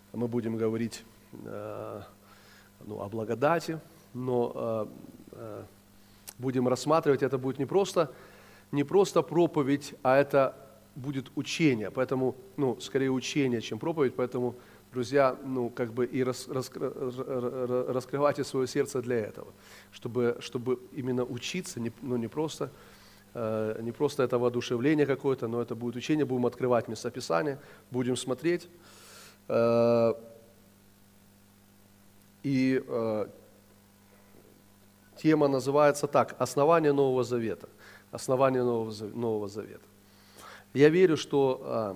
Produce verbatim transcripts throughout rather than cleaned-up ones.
мы будем говорить э, ну, о благодати, но э, э, будем рассматривать, это будет не просто, не просто проповедь, а это будет учение, поэтому, ну, скорее учение, чем проповедь, поэтому, друзья, ну, как бы и рас, рас, раскрывайте свое сердце для этого, чтобы, чтобы именно учиться, не, ну, не просто, э, не просто это воодушевление какое-то, но это будет учение, будем открывать местописание, будем смотреть, э, и э, тема называется так: «Основание Нового Завета». Основание Нового, Нового Завета. Я верю, что,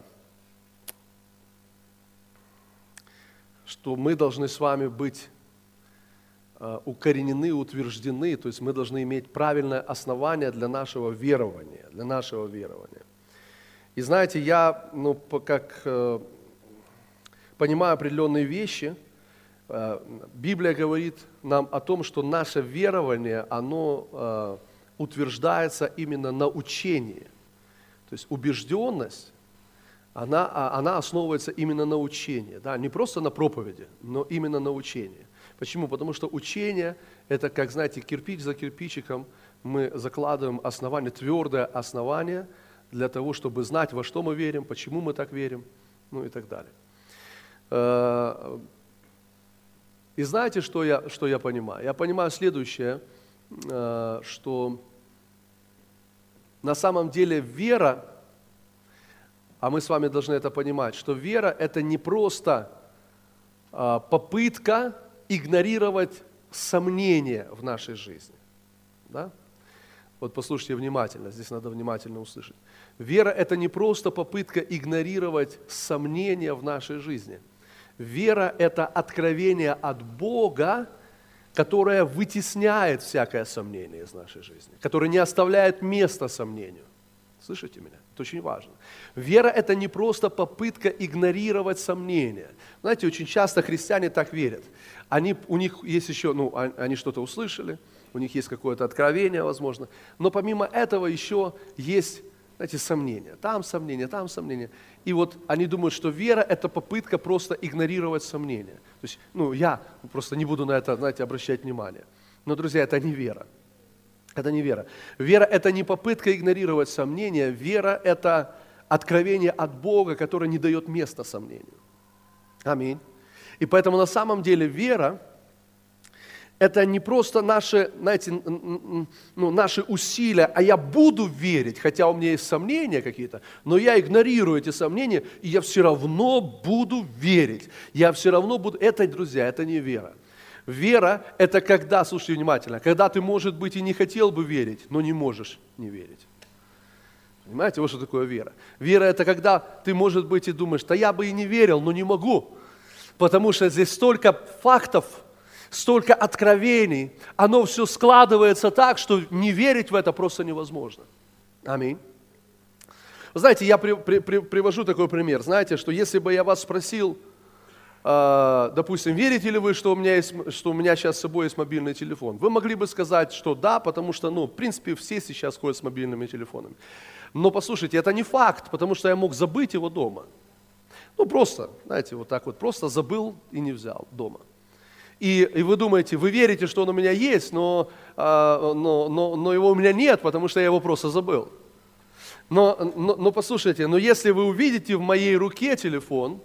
что мы должны с вами быть укоренены, утверждены, то есть мы должны иметь правильное основание для нашего верования, для нашего верования. И знаете, я, ну, как понимаю определенные вещи, Библия говорит нам о том, что наше верование, оно утверждается именно на учении. То есть убежденность, она, она основывается именно на учении, да? Не просто на проповеди, но именно на учении. Почему? Потому что учение – это, как, знаете, кирпич за кирпичиком мы закладываем основание, твердое основание для того, чтобы знать, во что мы верим, почему мы так верим, ну и так далее. И знаете, что я, что я понимаю? Я понимаю следующее, что на самом деле вера, а мы с вами должны это понимать, что вера – это не просто попытка игнорировать сомнения в нашей жизни. Да? Вот послушайте внимательно, здесь надо внимательно услышать. Вера – это не просто попытка игнорировать сомнения в нашей жизни. Вера – это откровение от Бога, которая вытесняет всякое сомнение из нашей жизни, которая не оставляет места сомнению. Слышите меня? Это очень важно. Вера – это не просто попытка игнорировать сомнения. Знаете, очень часто христиане так верят. Они, у них есть еще, ну, они что-то услышали, у них есть какое-то откровение, возможно, но помимо этого еще есть, знаете, сомнения. Там сомнения, там сомнения. И вот они думают, что вера – это попытка просто игнорировать сомнения. То есть, ну, я просто не буду на это, знаете, обращать внимание. Но, друзья, это не вера. Это не вера. Вера – это не попытка игнорировать сомнения. Вера – это откровение от Бога, которое не дает места сомнению. Аминь. И поэтому на самом деле вера – это не просто наши, знаете, ну, наши усилия, а я буду верить, хотя у меня есть сомнения какие-то, но я игнорирую эти сомнения, и я все равно буду верить. Я все равно буду... Это, друзья, это не вера. Вера – это когда, слушайте внимательно, когда ты, может быть, и не хотел бы верить, но не можешь не верить. Понимаете, вот что такое вера. Вера – это когда ты, может быть, и думаешь, да я бы и не верил, но не могу, потому что здесь столько фактов, столько откровений, оно все складывается так, что не верить в это просто невозможно. Аминь. Вы знаете, я при, при, при, привожу такой пример. Знаете, что если бы я вас спросил, э, допустим, верите ли вы, что у меня есть, что у меня сейчас с собой есть мобильный телефон, вы могли бы сказать, что да, потому что, ну, в принципе, все сейчас ходят с мобильными телефонами. Но послушайте, это не факт, потому что я мог забыть его дома. Ну, просто, знаете, вот так вот, просто забыл и не взял дома. И, и вы думаете, вы верите, что он у меня есть, но, а, но, но, но его у меня нет, потому что я его просто забыл. Но, но, но послушайте, но если вы увидите в моей руке телефон,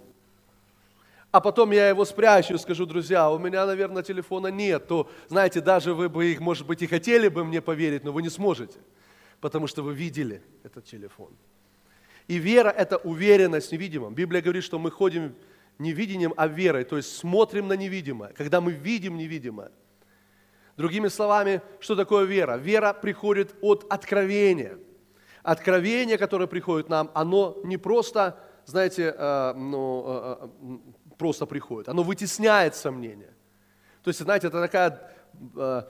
а потом я его спрячу и скажу, друзья, у меня, наверное, телефона нет, то, знаете, даже вы бы, их, может быть, и хотели бы мне поверить, но вы не сможете, потому что вы видели этот телефон. И вера – это уверенность в невидимом. Библия говорит, что мы ходим не видением, а верой, то есть смотрим на невидимое, когда мы видим невидимое. Другими словами, что такое вера? Вера приходит от откровения. Откровение, которое приходит нам, оно не просто, знаете, э, ну, э, просто приходит, оно вытесняет сомнения. То есть, знаете, это такая э,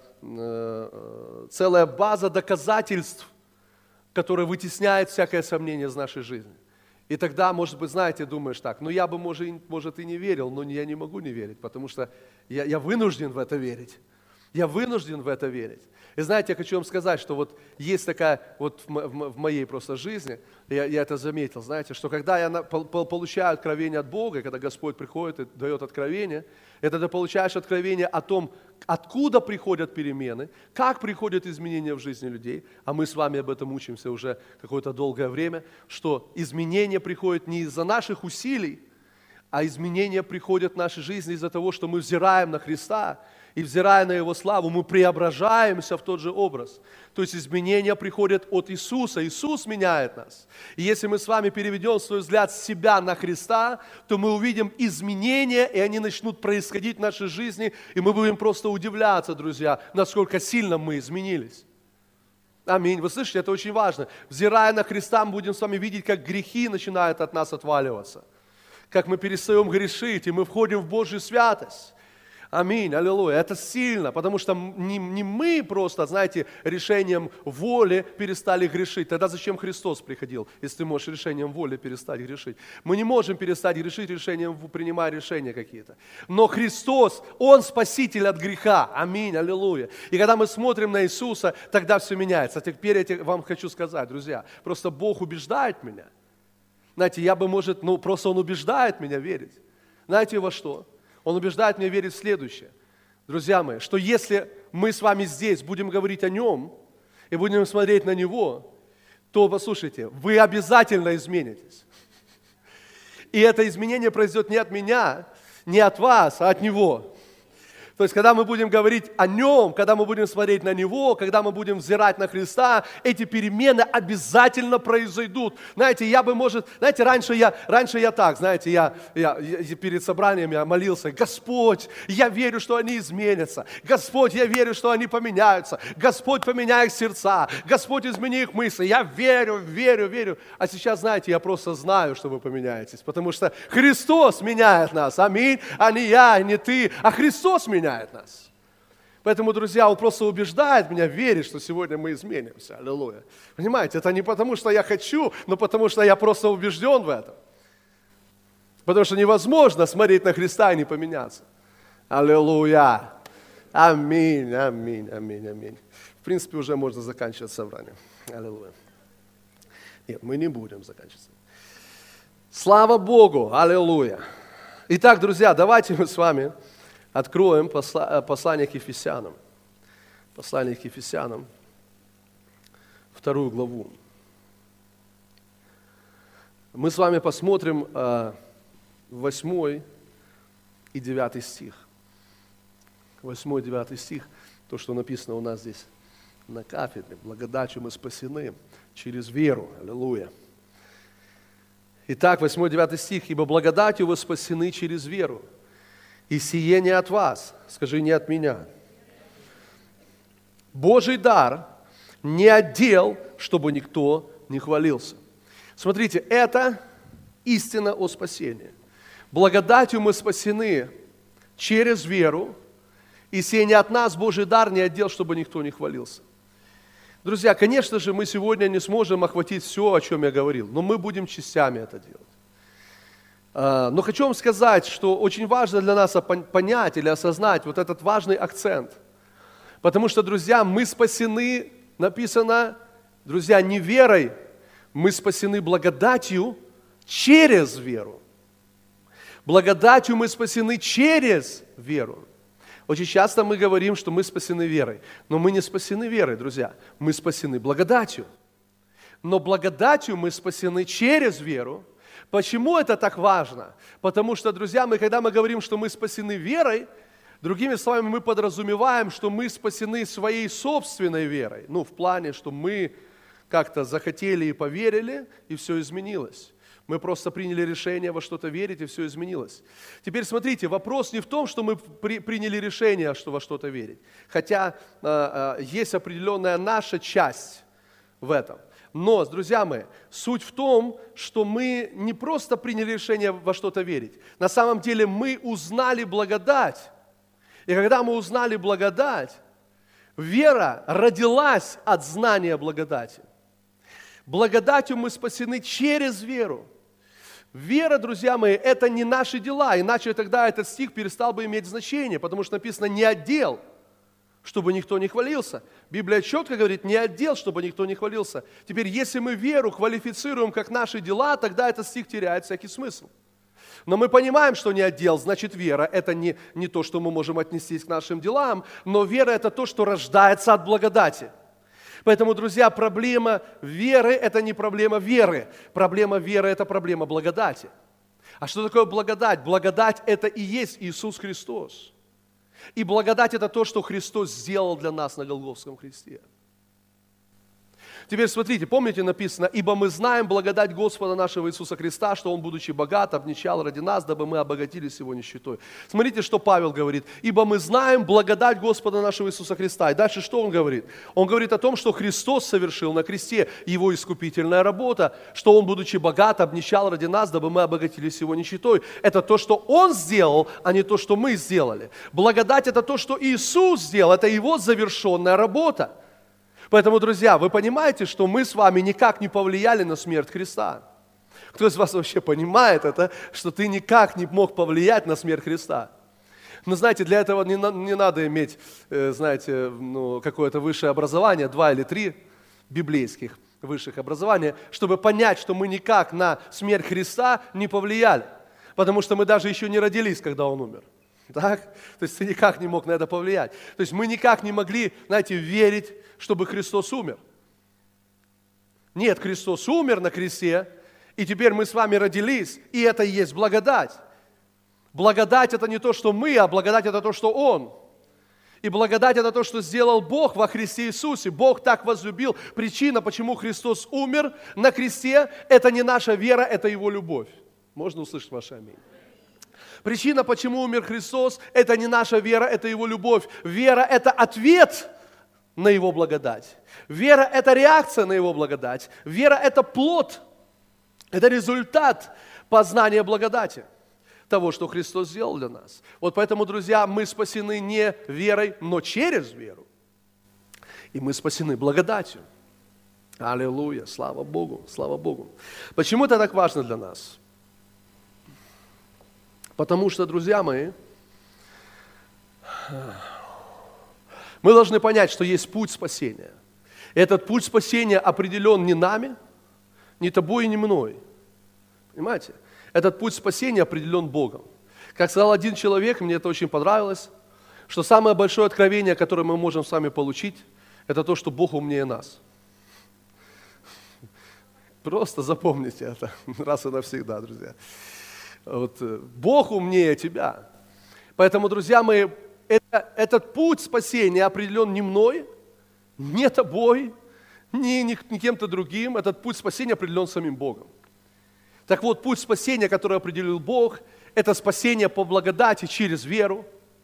э, целая база доказательств, которая вытесняет всякое сомнение из нашей жизни. И тогда, может быть, знаете, думаешь так, ну я бы, может, может и не верил, но я не могу не верить, потому что я, я вынужден в это верить. Я вынужден в это верить. И знаете, я хочу вам сказать, что вот есть такая, вот в моей просто жизни, я, я это заметил, знаете, что когда я получаю откровение от Бога, когда Господь приходит и дает откровение, это ты получаешь откровение о том, откуда приходят перемены, как приходят изменения в жизни людей, а мы с вами об этом учимся уже какое-то долгое время, что изменения приходят не из-за наших усилий, а изменения приходят в нашей жизни из-за того, что мы взираем на Христа, и взирая на Его славу, мы преображаемся в тот же образ. То есть изменения приходят от Иисуса. Иисус меняет нас. И если мы с вами переведем свой взгляд с себя на Христа, то мы увидим изменения, и они начнут происходить в нашей жизни, и мы будем просто удивляться, друзья, насколько сильно мы изменились. Аминь. Вы слышите, это очень важно. Взирая на Христа, мы будем с вами видеть, как грехи начинают от нас отваливаться, как мы перестаем грешить, и мы входим в Божью святость. Аминь, аллилуйя. Это сильно, потому что не, не мы просто, знаете, решением воли перестали грешить. Тогда зачем Христос приходил, если ты можешь решением воли перестать грешить? Мы не можем перестать грешить решением, принимая решения какие-то. Но Христос, Он спаситель от греха. Аминь, аллилуйя. И когда мы смотрим на Иисуса, тогда все меняется. Теперь я вам хочу сказать, друзья, просто Бог убеждает меня. Знаете, я бы, может, ну просто Он убеждает меня верить. Знаете, во что? Он убеждает меня верить в следующее. Друзья мои, что если мы с вами здесь будем говорить о Нем и будем смотреть на Него, то, послушайте, вы обязательно изменитесь. И это изменение произойдет не от меня, не от вас, а от Него. То есть, когда мы будем говорить о Нем, когда мы будем смотреть на Него, когда мы будем взирать на Христа, эти перемены обязательно произойдут. Знаете, я бы, может, знаете, раньше я, раньше я так, знаете, я, я, я перед собранием я молился: Господь, я верю, что они изменятся. Господь, я верю, что они поменяются. Господь, поменяй их сердца. Господь, измени их мысли. Я верю, верю, верю. А сейчас, знаете, я просто знаю, что вы поменяетесь, потому что Христос меняет нас. Аминь. А не я, не ты, а Христос меняет нас. Поэтому, друзья, Он просто убеждает меня верить, что сегодня мы изменимся. Аллилуйя. Понимаете, это не потому, что я хочу, но потому, что я просто убежден в этом. Потому что невозможно смотреть на Христа и не поменяться. Аллилуйя. Аминь, аминь, аминь, аминь. В принципе, уже можно заканчивать собрание. Аллилуйя. Нет, мы не будем заканчивать. Слава Богу. Аллилуйя. Итак, друзья, давайте мы с вами откроем послание к Ефесянам. Послание к Ефесянам, вторую главу. Мы с вами посмотрим восьмой и девятый стих. Восьмой и девятый стих, то, что написано у нас здесь на кафедре. Благодатью мы спасены через веру. Аллилуйя. Итак, восьмой и девятый стих. «Ибо благодатью вы спасены через веру. И сие не от вас». Скажи: не от меня. «Божий дар не отдел, чтобы никто не хвалился». Смотрите, это истина о спасении. Благодатью мы спасены через веру, и сие не от нас, Божий дар не отдел, чтобы никто не хвалился. Друзья, конечно же, мы сегодня не сможем охватить все, о чем я говорил, но мы будем частями это делать. Но хочу вам сказать, что очень важно для нас понять или осознать вот этот важный акцент. Потому что, друзья, мы спасены, написано, друзья, не верой, мы спасены благодатью через веру. Благодатью мы спасены через веру. Очень часто мы говорим, что мы спасены верой, но мы не спасены верой, друзья, мы спасены благодатью. Но благодатью мы спасены через веру. Почему это так важно? Потому что, друзья, мы, когда мы говорим, что мы спасены верой, другими словами, мы подразумеваем, что мы спасены своей собственной верой. Ну, в плане, что мы как-то захотели и поверили, и все изменилось. Мы просто приняли решение во что-то верить, и все изменилось. Теперь смотрите, вопрос не в том, что мы при, приняли решение, что во что-то верить. Хотя э, э, есть определенная наша часть в этом. Но, друзья мои, суть в том, что мы не просто приняли решение во что-то верить. На самом деле мы узнали благодать. И когда мы узнали благодать, вера родилась от знания благодати. Благодатью мы спасены через веру. Вера, друзья мои, это не наши дела, иначе тогда этот стих перестал бы иметь значение, потому что написано «не отдел». чтобы никто не хвалился. Библия четко говорит, не от дел, чтобы никто не хвалился. Теперь, если мы веру квалифицируем как наши дела, тогда этот стих теряет всякий смысл. Но мы понимаем, что не от дел, значит вера – это не, не то, что мы можем отнестись к нашим делам, но вера – это то, что рождается от благодати. Поэтому, друзья, проблема веры – это не проблема веры. Проблема веры – это проблема благодати. А что такое благодать? Благодать – это и есть Иисус Христос. И благодать – это то, что Христос сделал для нас на Голгофском кресте. Теперь смотрите, помните написано, «Ибо мы знаем благодать Господа нашего Иисуса Христа, что Он, будучи богат, обнищал ради нас, дабы мы обогатились Его нищетой». Смотрите, что Павел говорит. «Ибо мы знаем благодать Господа нашего Иисуса Христа». И дальше что он говорит? Он говорит о том, что Христос совершил на кресте Его искупительная работа, что Он, будучи богат, обнищал ради нас, дабы мы обогатились Его нищетой. Это то, что Он сделал, а не то, что мы сделали. Благодать – это то, что Иисус сделал, это Его завершенная работа. Поэтому, друзья, вы понимаете, что мы с вами никак не повлияли на смерть Христа? Кто из вас вообще понимает это, что ты никак не мог повлиять на смерть Христа? Но знаете, для этого не, не надо иметь, знаете, ну, какое-то высшее образование, два или три библейских высших образования, чтобы понять, что мы никак на смерть Христа не повлияли. Потому что мы даже еще не родились, когда Он умер. Так? То есть ты никак не мог на это повлиять. То есть мы никак не могли, знаете, верить, чтобы Христос умер. Нет, Христос умер на кресте, и теперь мы с вами родились, и это и есть благодать. Благодать – это не то, что мы, а благодать – это то, что Он. И благодать – это то, что сделал Бог во Христе Иисусе. Бог так возлюбил. Причина, почему Христос умер на кресте, это не наша вера, это Его любовь. Можно услышать ваше аминь? Причина, почему умер Христос, это не наша вера, это Его любовь. Вера – это ответ на Его благодать. Вера – это реакция на Его благодать. Вера – это плод, это результат познания благодати, того, что Христос сделал для нас. Вот поэтому, друзья, мы спасены не верой, но через веру. И мы спасены благодатью. Аллилуйя, слава Богу, слава Богу. Почему это так важно для нас? Потому что, друзья мои, мы должны понять, что есть путь спасения. Этот путь спасения определен не нами, не тобой и не мной. Понимаете? Этот путь спасения определен Богом. Как сказал один человек, мне это очень понравилось, что самое большое откровение, которое мы можем с вами получить, это то, что Бог умнее нас. Просто запомните это раз и навсегда, друзья. Вот, Бог умнее тебя. Поэтому, друзья мои, это, этот путь спасения определен не мной, не тобой, не, не, не кем-то другим. Этот путь спасения определен самим Богом. Так вот, путь спасения, который определил Бог, это спасение по благодати через веру.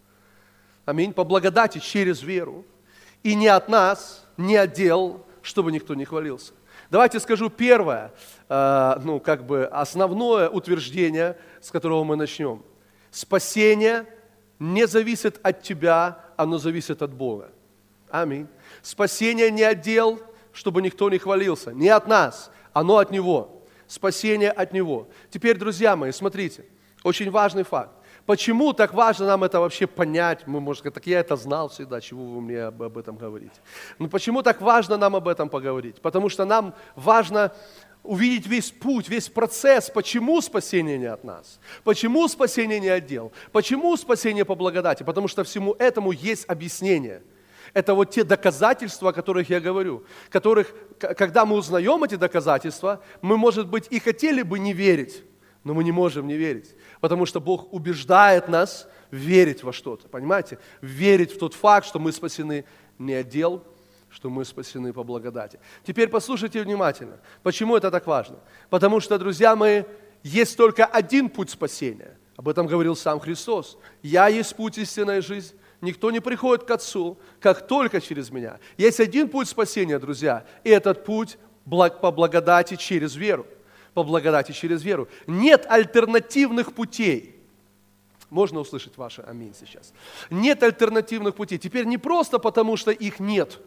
Аминь. По благодати через веру. И не от нас, не от дел, чтобы никто не хвалился. Давайте скажу первое, э, ну, как бы основное утверждение, с которого мы начнем. Спасение не зависит от тебя, оно зависит от Бога. Аминь. Спасение не от дел, чтобы никто не хвалился. Не от нас, оно от Него. Спасение от Него. Теперь, друзья мои, смотрите, очень важный факт. Почему так важно нам это вообще понять? Мы, может сказать, так я это знал всегда, чего вы мне об, об этом говорите. Но почему так важно нам об этом поговорить? Потому что нам важно увидеть весь путь, весь процесс, почему спасение не от нас, почему спасение не от дел, почему спасение по благодати, потому что всему этому есть объяснение. Это вот те доказательства, о которых я говорю, которых, когда мы узнаем эти доказательства, мы, может быть, и хотели бы не верить, но мы не можем не верить, потому что Бог убеждает нас верить во что-то, понимаете? Верить в тот факт, что мы спасены не от дел, что мы спасены по благодати. Теперь послушайте внимательно. Почему это так важно? Потому что, друзья мои, есть только один путь спасения. Об этом говорил сам Христос. «Я есть путь, истинная жизнь. Никто не приходит к Отцу, как только через Меня». Есть один путь спасения, друзья, и этот путь по благодати через веру. По благодати через веру. Нет альтернативных путей. Можно услышать ваше аминь сейчас? Нет альтернативных путей. Теперь не просто потому, что их нет.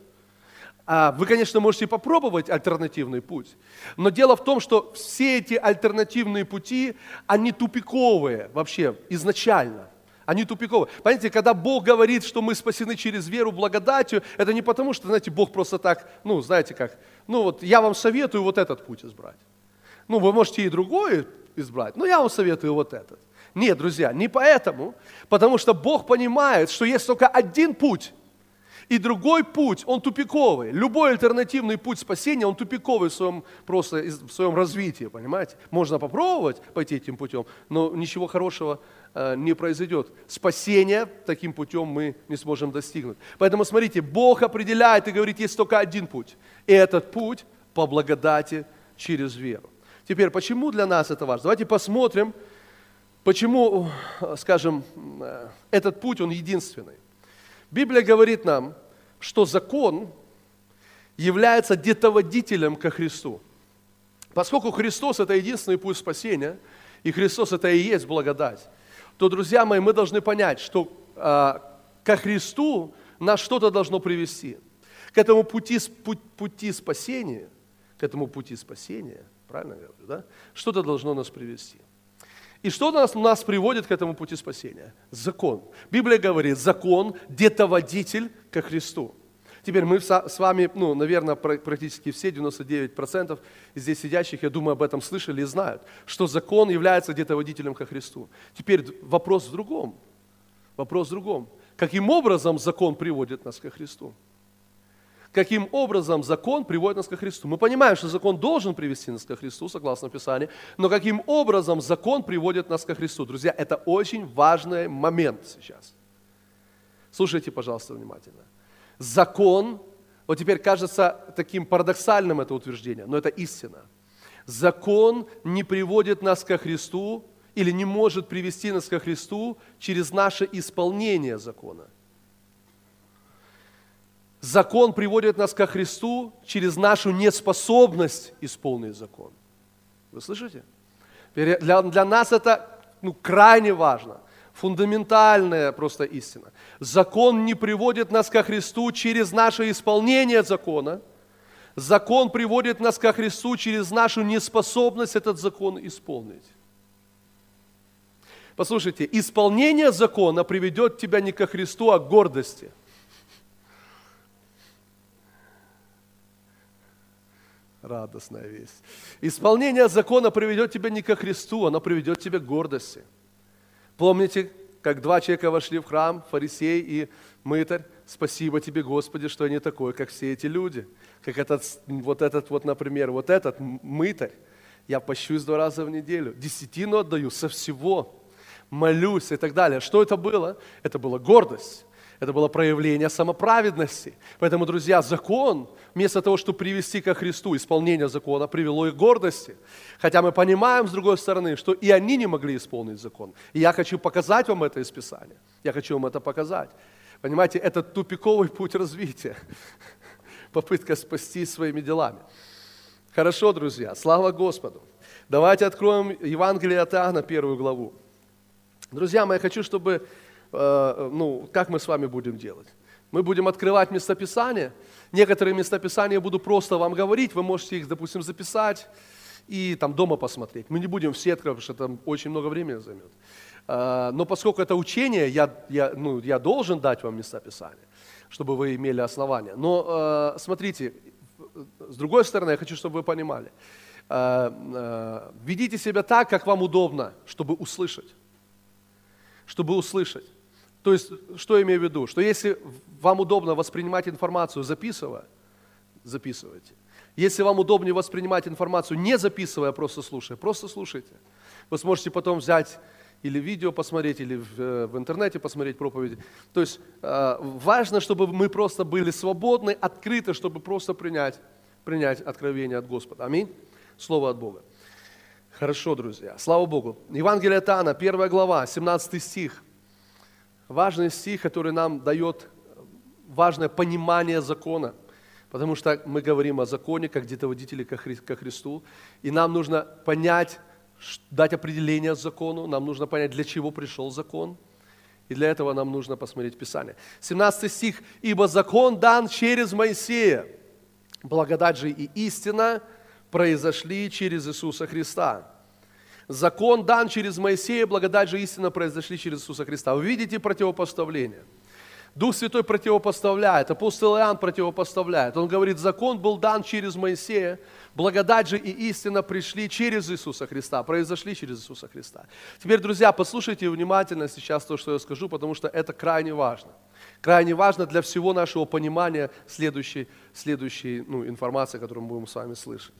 Вы, конечно, можете попробовать альтернативный путь, но дело в том, что все эти альтернативные пути, они тупиковые вообще изначально. Они тупиковые. Понимаете, когда Бог говорит, что мы спасены через веру, благодатью, это не потому, что, знаете, Бог просто так, ну, знаете как, ну вот я вам советую вот этот путь избрать. Ну, вы можете и другой избрать, но я вам советую вот этот. Нет, друзья, не поэтому, потому что Бог понимает, что есть только один путь, и другой путь, он тупиковый. Любой альтернативный путь спасения, он тупиковый в своем, просто, в своем развитии, понимаете? Можно попробовать пойти этим путем, но ничего хорошего э, не произойдет. Спасение таким путем мы не сможем достигнуть. Поэтому смотрите, Бог определяет и говорит, есть только один путь. И этот путь по благодати через веру. Теперь, почему для нас это важно? Давайте посмотрим, почему, скажем, э, этот путь, он единственный. Библия говорит нам, что закон является детоводителем ко Христу. Поскольку Христос – это единственный путь спасения, и Христос – это и есть благодать, то, друзья мои, мы должны понять, что э, ко Христу нас что-то должно привести. К этому пути, путь, пути спасения, к этому пути спасения, правильно я говорю, да? Что-то должно нас привести. И что нас, нас приводит к этому пути спасения? Закон. Библия говорит, закон – детоводитель ко Христу. Теперь мы с вами, ну, наверное, практически все, девяносто девять процентов здесь сидящих, я думаю, об этом слышали и знают, что закон является детоводителем ко Христу. Теперь вопрос в другом. Вопрос в другом. Каким образом закон приводит нас ко Христу? Каким образом закон приводит нас ко Христу? Мы понимаем, что закон должен привести нас ко Христу, согласно Писанию, но каким образом закон приводит нас ко Христу? Друзья, это очень важный момент сейчас. Слушайте, пожалуйста, внимательно. Закон, вот теперь кажется таким парадоксальным это утверждение, но это истина. Закон не приводит нас ко Христу или не может привести нас ко Христу через наше исполнение закона. Закон приводит нас ко Христу через нашу неспособность исполнить закон. Вы слышите? Для, для нас это ну, крайне важно, фундаментальная просто истина. Закон не приводит нас ко Христу через наше исполнение закона. Закон приводит нас ко Христу через нашу неспособность этот закон исполнить. Послушайте, исполнение закона приведет тебя не ко Христу, а к гордости. Радостная весть. Исполнение закона приведет тебя не ко Христу, оно приведет тебя к гордости. Помните, как два человека вошли в храм, фарисей и мытарь? Спасибо тебе, Господи, что я не такой, как все эти люди. Как этот, вот этот вот, например, вот этот мытарь. Я пощусь два раза в неделю, десятину отдаю со всего, молюсь и так далее. Что это было? Это была гордость. Это было проявление самоправедности. Поэтому, друзья, закон, вместо того, чтобы привести ко Христу, исполнение закона привело их к гордости. Хотя мы понимаем, с другой стороны, что и они не могли исполнить закон. И я хочу показать вам это из Писания. Я хочу вам это показать. Понимаете, это тупиковый путь развития. Попытка спастись своими делами. Хорошо, друзья, слава Господу. Давайте откроем Евангелие от Иоанна, первую главу. Друзья мои, я хочу, чтобы... Ну, как мы с вами будем делать? Мы будем открывать местописания. Некоторые местописания я буду просто вам говорить, вы можете их, допустим, записать и там дома посмотреть. Мы не будем все открывать, потому что там очень много времени займет. Но поскольку это учение, я, я, ну, я должен дать вам местописания, чтобы вы имели основания. Но смотрите, с другой стороны, я хочу, чтобы вы понимали. Ведите себя так, как вам удобно, чтобы услышать. Чтобы услышать. То есть, что я имею в виду? Что если вам удобно воспринимать информацию, записывая, записывайте. Если вам удобнее воспринимать информацию, не записывая, просто слушая, просто слушайте. Вы сможете потом взять или видео посмотреть, или в, в интернете посмотреть проповеди. То есть, э, важно, чтобы мы просто были свободны, открыты, чтобы просто принять, принять откровение от Господа. Аминь. Слово от Бога. Хорошо, друзья. Слава Богу. Евангелие от Иоанна, первая глава, семнадцатый стих. Важный стих, который нам дает важное понимание закона. Потому что мы говорим о законе, как детоводители ко Христу. И нам нужно понять, дать определение закону. Нам нужно понять, для чего пришел закон. И для этого нам нужно посмотреть Писание. семнадцатый стих. «Ибо закон дан через Моисея, благодать же и истина произошли через Иисуса Христа. Закон дан через Моисея, благодать же истина произошли через Иисуса Христа. Вы видите противопоставление? Дух Святой противопоставляет, апостол Иоанн противопоставляет. Он говорит, закон был дан через Моисея, благодать же и истина пришли через Иисуса Христа, произошли через Иисуса Христа. Теперь, друзья, послушайте внимательно сейчас то, что я скажу, потому что это крайне важно. Крайне важно для всего нашего понимания следующей, следующей ну, информации, которую мы будем с вами слышать.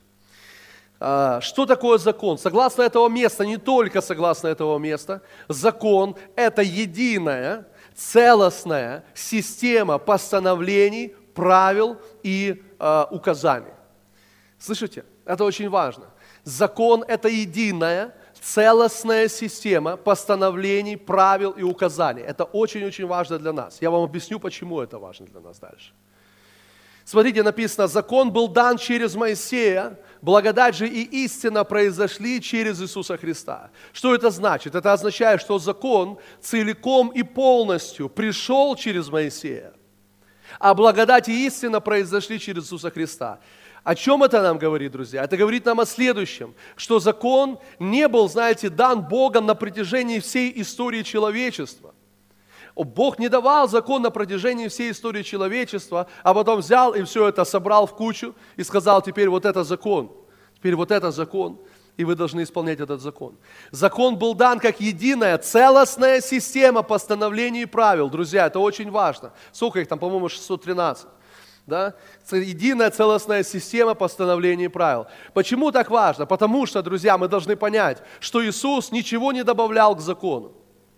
Что такое закон? Согласно этого места, не только согласно этого места, закон – это единая, целостная система постановлений, правил и э, указаний. Слышите? Это очень важно. Закон – это единая, целостная система постановлений, правил и указаний. Это очень-очень важно для нас. Я вам объясню, почему это важно для нас дальше. Смотрите, написано, закон был дан через Моисея, благодать же и истина произошли через Иисуса Христа. Что это значит? Это означает, что закон целиком и полностью пришел через Моисея, а благодать и истина произошли через Иисуса Христа. О чем это нам говорит, друзья? Это говорит нам о следующем, что закон не был, знаете, дан Богом на протяжении всей истории человечества. Бог не давал закон на протяжении всей истории человечества, а потом взял и все это собрал в кучу и сказал, теперь вот это закон, теперь вот это закон, и вы должны исполнять этот закон. Закон был дан как единая, целостная система постановлений и правил. Друзья, это очень важно. Сколько их там, по-моему, шестьсот тринадцать. Да? Единая целостная система постановлений и правил. Почему так важно? Потому что, друзья, мы должны понять, что Иисус ничего не добавлял к закону.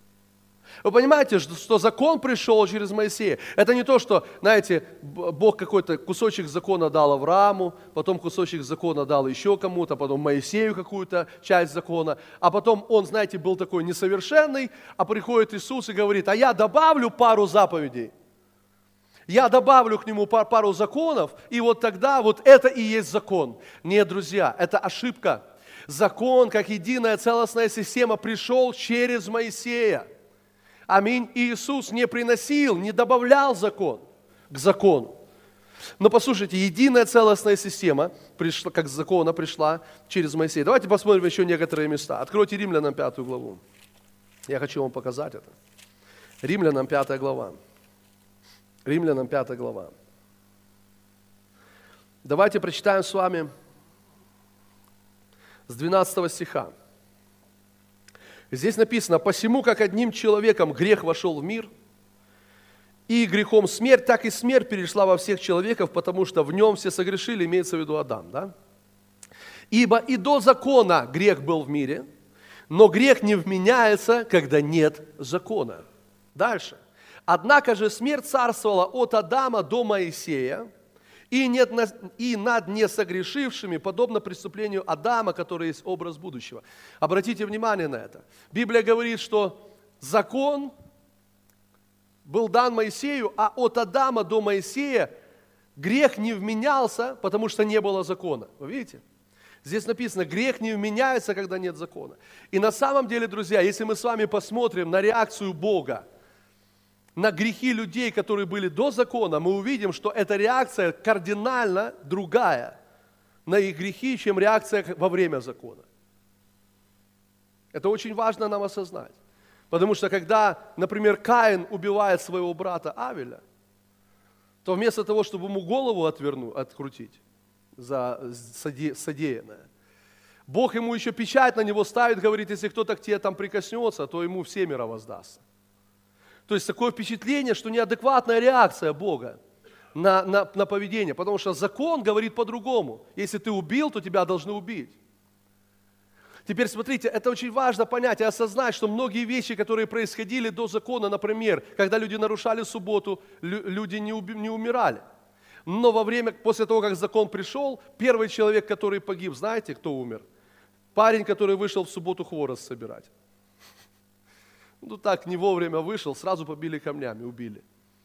Вы понимаете, что закон пришел через Моисея? Это не то, что, знаете, Бог какой-то кусочек закона дал Аврааму, потом кусочек закона дал еще кому-то, потом Моисею какую-то часть закона, а потом он, знаете, был такой несовершенный, а приходит Иисус и говорит, а я добавлю пару заповедей, я добавлю к нему пару законов, и вот тогда вот это и есть закон. Нет, друзья, это ошибка. Закон, как единая целостная система, пришел через Моисея. Аминь. И Иисус не приносил, не добавлял закон к закону. Но послушайте, единая целостная система, пришла, как с закона пришла через Моисея. Давайте посмотрим еще некоторые места. Откройте Римлянам пятую главу. Я хочу вам показать это. Римлянам пятая глава. Римлянам пятая глава. Давайте прочитаем с вами с двенадцатого стиха. Здесь написано, «Посему, как одним человеком грех вошел в мир, и грехом смерть, так и смерть перешла во всех человеков, потому что в нем все согрешили», имеется в виду Адам, да? «Ибо и до закона грех был в мире, но грех не вменяется, когда нет закона». Дальше. «Однако же смерть царствовала от Адама до Моисея, и, нет, и над несогрешившими, подобно преступлению Адама, который есть образ будущего». Обратите внимание на это. Библия говорит, что закон был дан Моисею, а от Адама до Моисея грех не вменялся, потому что не было закона. Вы видите? Здесь написано, грех не вменяется, когда нет закона. И на самом деле, друзья, если мы с вами посмотрим на реакцию Бога, на грехи людей, которые были до закона, мы увидим, что эта реакция кардинально другая на их грехи, чем реакция во время закона. Это очень важно нам осознать. Потому что когда, например, Каин убивает своего брата Авеля, то вместо того, чтобы ему голову отвернуть, открутить за содеянное, Бог ему еще печать на него ставит, говорит, если кто-то к тебе там прикоснется, то ему всемиро воздастся. То есть такое впечатление, что неадекватная реакция Бога на, на, на поведение, потому что закон говорит по-другому. Если ты убил, то тебя должны убить. Теперь смотрите, это очень важно понять и осознать, что многие вещи, которые происходили до закона, например, когда люди нарушали субботу, люди не, уби, не умирали. Но во время, после того, как закон пришел, первый человек, который погиб, знаете, кто умер? Парень, который вышел в субботу хворост собирать. Ну так, не вовремя вышел, сразу побили камнями, убили.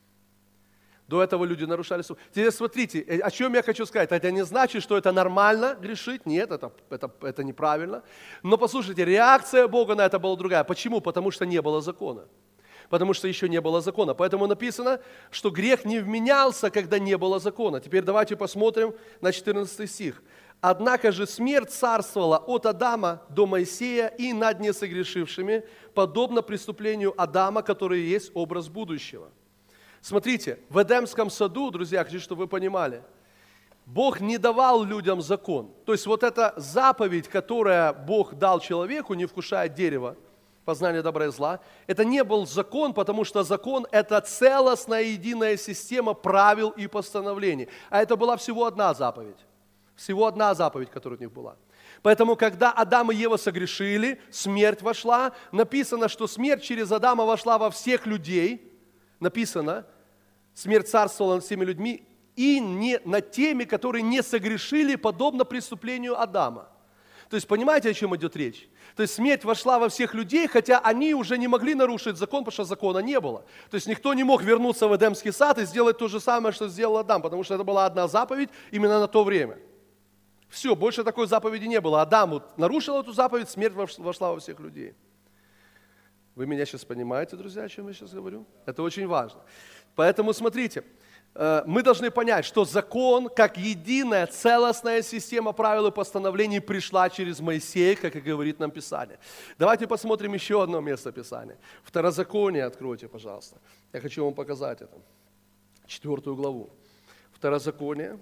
До этого люди нарушали субботу. Теперь смотрите, о чем я хочу сказать. Это не значит, что это нормально грешить. Нет, это, это, это неправильно. Но послушайте, реакция Бога на это была другая. Почему? Потому что не было закона. Потому что еще не было закона. Поэтому написано, что грех не вменялся, когда не было закона. Теперь давайте посмотрим на четырнадцатый стих. Однако же смерть царствовала от Адама до Моисея и над несогрешившими, подобно преступлению Адама, который есть образ будущего. Смотрите, в Эдемском саду, друзья, хочу, чтобы вы понимали, Бог не давал людям закон. То есть вот эта заповедь, которую Бог дал человеку, не вкушая дерева, познание добра и зла, это не был закон, потому что закон – это целостная единая система правил и постановлений. А это была всего одна заповедь. Всего одна заповедь, которая у них была. Поэтому, когда Адам и Ева согрешили, смерть вошла. Написано, что смерть через Адама вошла во всех людей. Написано, смерть царствовала над всеми людьми и не над теми, которые не согрешили, подобно преступлению Адама. То есть, понимаете, о чем идет речь? То есть, смерть вошла во всех людей, хотя они уже не могли нарушить закон, потому что закона не было. То есть, никто не мог вернуться в Эдемский сад и сделать то же самое, что сделал Адам, потому что это была одна заповедь именно на то время. Все, больше такой заповеди не было. Адам вот нарушил эту заповедь, смерть вошла во всех людей. Вы меня сейчас понимаете, друзья, о чем я сейчас говорю? Это очень важно. Поэтому смотрите, мы должны понять, что закон, как единая целостная система правил и постановлений, пришла через Моисея, как и говорит нам Писание. Давайте посмотрим еще одно место Писания. Второзаконие откройте, пожалуйста. Я хочу вам показать это. Четвертую главу. Второзаконие.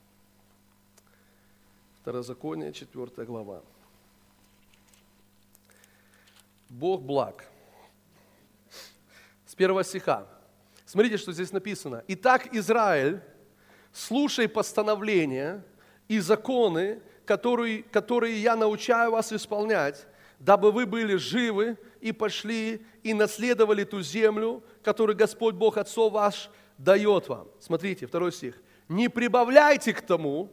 Второзаконие, четвертая глава. Бог благ. С первого стиха. Смотрите, что здесь написано. «Итак, Израиль, слушай постановления и законы, которые, которые я научаю вас исполнять, дабы вы были живы и пошли и наследовали ту землю, которую Господь Бог отцов ваш дает вам». Смотрите, второй стих. «Не прибавляйте к тому,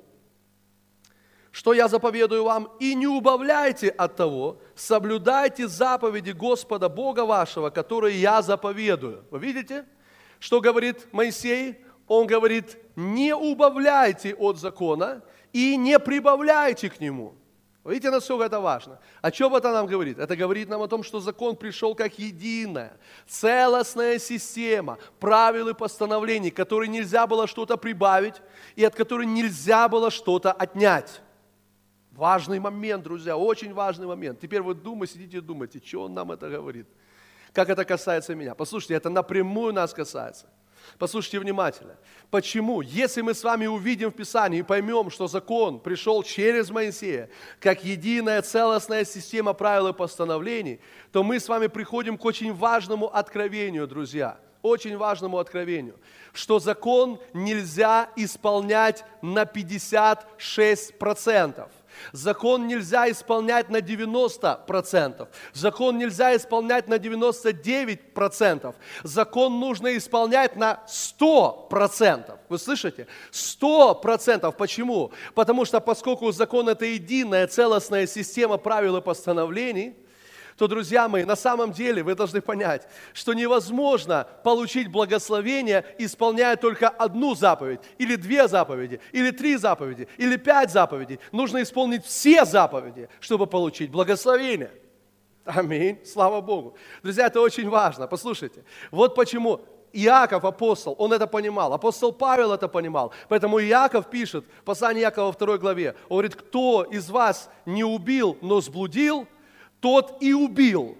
что я заповедую вам, и не убавляйте от того, соблюдайте заповеди Господа Бога вашего, которые я заповедую». Вы видите, что говорит Моисей? Он говорит, не убавляйте от закона и не прибавляйте к нему. Видите, насколько это важно? О чем это нам говорит? Это говорит нам о том, что закон пришел как единая, целостная система правил и постановлений, к которой нельзя было что-то прибавить и от которой нельзя было что-то отнять. Важный момент, друзья, очень важный момент. Теперь вы думаете, сидите и думаете, что он нам это говорит. Как это касается меня? Послушайте, это напрямую нас касается. Послушайте внимательно. Почему? Если мы с вами увидим в Писании и поймем, что закон пришел через Моисея, как единая целостная система правил и постановлений, то мы с вами приходим к очень важному откровению, друзья. Очень важному откровению, что закон нельзя исполнять на пятьдесят шесть процентов. Закон нельзя исполнять на девяносто процентов. Закон нельзя исполнять на девяносто девять процентов. Закон нужно исполнять на сто процентов. Вы слышите? сто процентов. Почему? Потому что поскольку закон – это единая целостная система правил и постановлений, то, друзья мои, на самом деле вы должны понять, что невозможно получить благословение, исполняя только одну заповедь, или две заповеди, или три заповеди, или пять заповедей. Нужно исполнить все заповеди, чтобы получить благословение. Аминь. Слава Богу. Друзья, это очень важно. Послушайте. Вот почему Иаков, апостол, он это понимал. Апостол Павел это понимал. Поэтому Иаков пишет, послание Иакова во второй главе, он говорит, кто из вас не убил, но сблудил, тот и убил.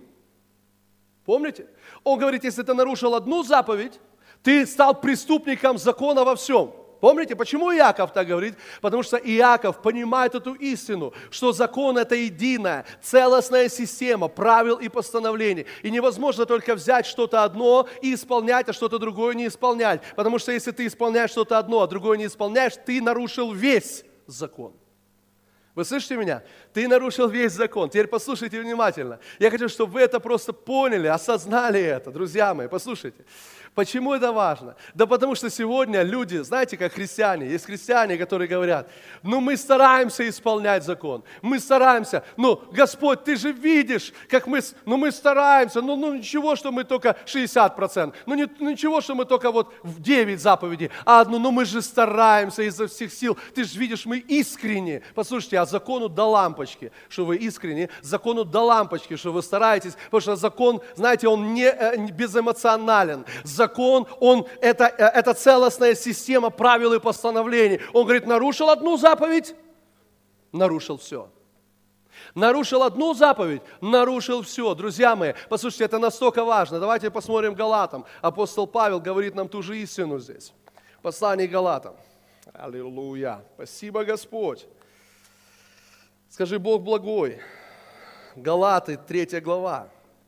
Помните? Он говорит, если ты нарушил одну заповедь, ты стал преступником закона во всем. Помните, почему Иаков так говорит? Потому что Иаков понимает эту истину, что закон – это единая, целостная система правил и постановлений. И невозможно только взять что-то одно и исполнять, а что-то другое не исполнять. Потому что если ты исполняешь что-то одно, а другое не исполняешь, ты нарушил весь закон. Вы слышите меня? Ты нарушил весь закон. Теперь послушайте внимательно. Я хочу, чтобы вы это просто поняли, осознали это, друзья мои. Послушайте. Почему это важно? Да потому что сегодня люди, знаете, как христиане, есть христиане, которые говорят, ну мы стараемся исполнять закон, мы стараемся, ну Господь, ты же видишь, как мы, ну мы стараемся, ну, ну ничего, что мы только шестьдесят процентов, ну, не, ну ничего, что мы только вот в девять заповедей, а одну, ну мы же стараемся изо всех сил, ты же видишь, мы искренне. Послушайте, а закону до лампочки, что вы искренне, закону до лампочки, что вы стараетесь, потому что закон, знаете, он не, не безэмоционален. Закон, он, это, это целостная система правил и постановлений. Он говорит, нарушил одну заповедь, нарушил все. Нарушил одну заповедь, нарушил все. Друзья мои, послушайте, это настолько важно. Давайте посмотрим Галатам. Апостол Павел говорит нам ту же истину здесь. Послание Галатам. Аллилуйя. Спасибо, Господь. Скажи, Бог благой. Галаты, третья глава.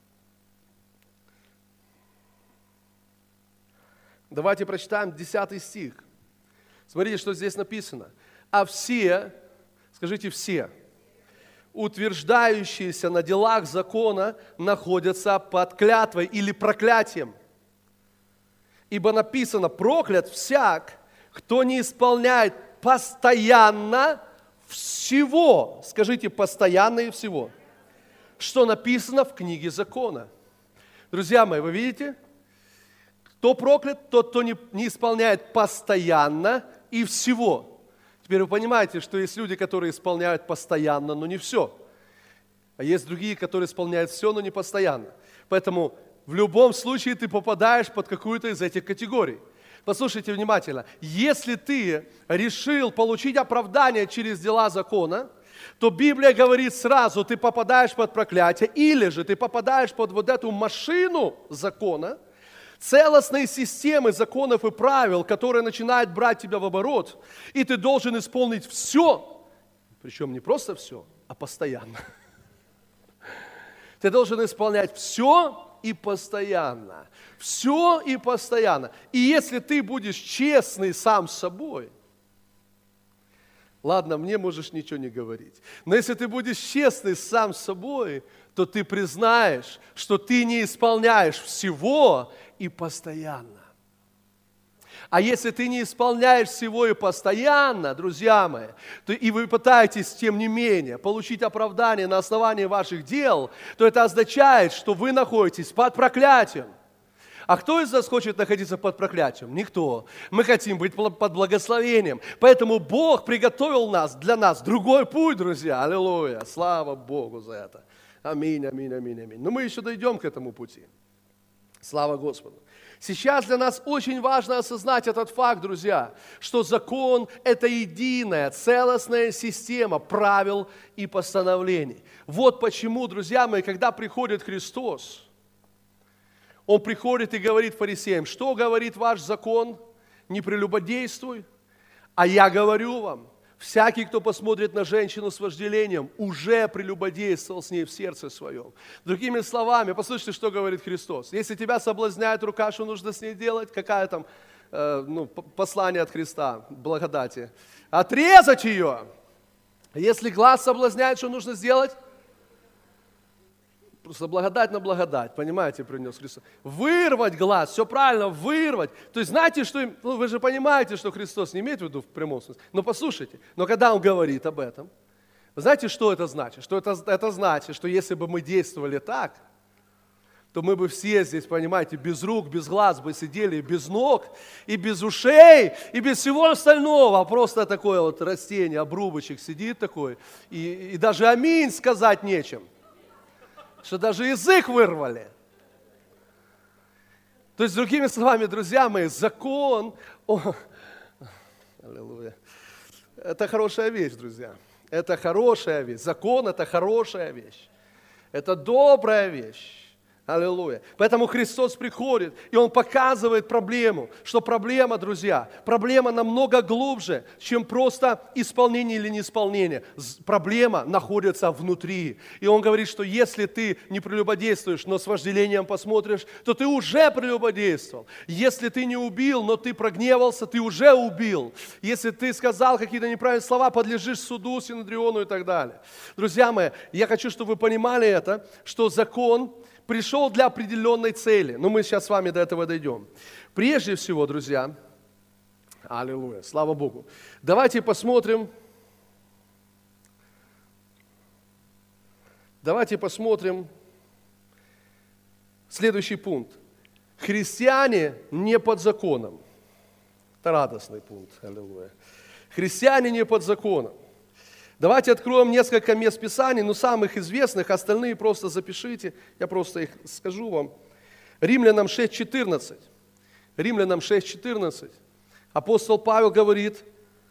Давайте прочитаем десятый стих. Смотрите, что здесь написано. А все, скажите все, утверждающиеся на делах закона, находятся под клятвой или проклятием. Ибо написано, проклят всяк, кто не исполняет постоянно всего. Скажите, постоянно и всего. Что написано в книге закона. Друзья мои, вы видите? Кто проклят, тот, кто не, не исполняет постоянно и всего. Теперь вы понимаете, что есть люди, которые исполняют постоянно, но не все. А есть другие, которые исполняют все, но не постоянно. Поэтому в любом случае ты попадаешь под какую-то из этих категорий. Послушайте внимательно. Если ты решил получить оправдание через дела закона, то Библия говорит сразу, ты попадаешь под проклятие, или же ты попадаешь под вот эту машину закона, целостной системы законов и правил, которая начинает брать тебя в оборот, и ты должен исполнить все, причем не просто все, а постоянно. Ты должен исполнять все и постоянно. Все и постоянно. И если ты будешь честный сам с собой, ладно, мне можешь ничего не говорить, но если ты будешь честный сам с собой, то ты признаешь, что ты не исполняешь всего и постоянно. А если ты не исполняешь всего и постоянно, друзья мои, то и вы пытаетесь, тем не менее, получить оправдание на основании ваших дел, то это означает, что вы находитесь под проклятием. А кто из нас хочет находиться под проклятием? Никто. Мы хотим быть под благословением. Поэтому Бог приготовил нас, для нас другой путь, друзья. Аллилуйя. Слава Богу за это. Аминь, аминь, аминь, аминь. Но мы еще дойдем к этому пути. Слава Господу. Сейчас для нас очень важно осознать этот факт, друзья, что закон – это единая, целостная система правил и постановлений. Вот почему, друзья мои, когда приходит Христос, Он приходит и говорит фарисеям, что говорит ваш закон? Не прелюбодействуй. А я говорю вам, всякий, кто посмотрит на женщину с вожделением, уже прелюбодействовал с ней в сердце своем. Другими словами, послушайте, что говорит Христос. Если тебя соблазняет рука, что нужно с ней делать? Какая там э, ну, послание от Христа, благодати? Отрезать ее. Если глаз соблазняет, что нужно сделать? Просто благодать на благодать, понимаете, принес Христос. Вырвать глаз, все правильно, вырвать. То есть знаете, что, ну, вы же понимаете, что Христос не имеет в виду в прямом смысле. Но послушайте, но когда Он говорит об этом, вы знаете, что это значит? Что это, это значит, что если бы мы действовали так, то мы бы все здесь, понимаете, без рук, без глаз бы сидели, без ног, и без ушей, и без всего остального. Просто такое вот растение, обрубочек сидит такой, и, и даже аминь сказать нечем. Что даже язык вырвали. То есть, другими словами, друзья мои, закон, о, аллилуйя, это хорошая вещь, друзья. Это хорошая вещь. Закон – это хорошая вещь. Это добрая вещь. Аллилуйя. Поэтому Христос приходит, и Он показывает проблему, что проблема, друзья, проблема намного глубже, чем просто исполнение или неисполнение. Проблема находится внутри. И Он говорит, что если ты не прелюбодействуешь, но с вожделением посмотришь, то ты уже прелюбодействовал. Если ты не убил, но ты прогневался, ты уже убил. Если ты сказал какие-то неправильные слова, подлежишь суду, синедриону и так далее. Друзья мои, я хочу, чтобы вы понимали это, что закон пришел для определенной цели. Но мы сейчас с вами до этого дойдем. Прежде всего, друзья, аллилуйя, слава Богу, давайте посмотрим, давайте посмотрим следующий пункт. Христиане не под законом. Это радостный пункт, аллилуйя. Христиане не под законом. Давайте откроем несколько мест Писаний, но самых известных, остальные просто запишите, я просто их скажу вам. Римлянам шесть четырнадцать. Римлянам шесть четырнадцать. Апостол Павел говорит,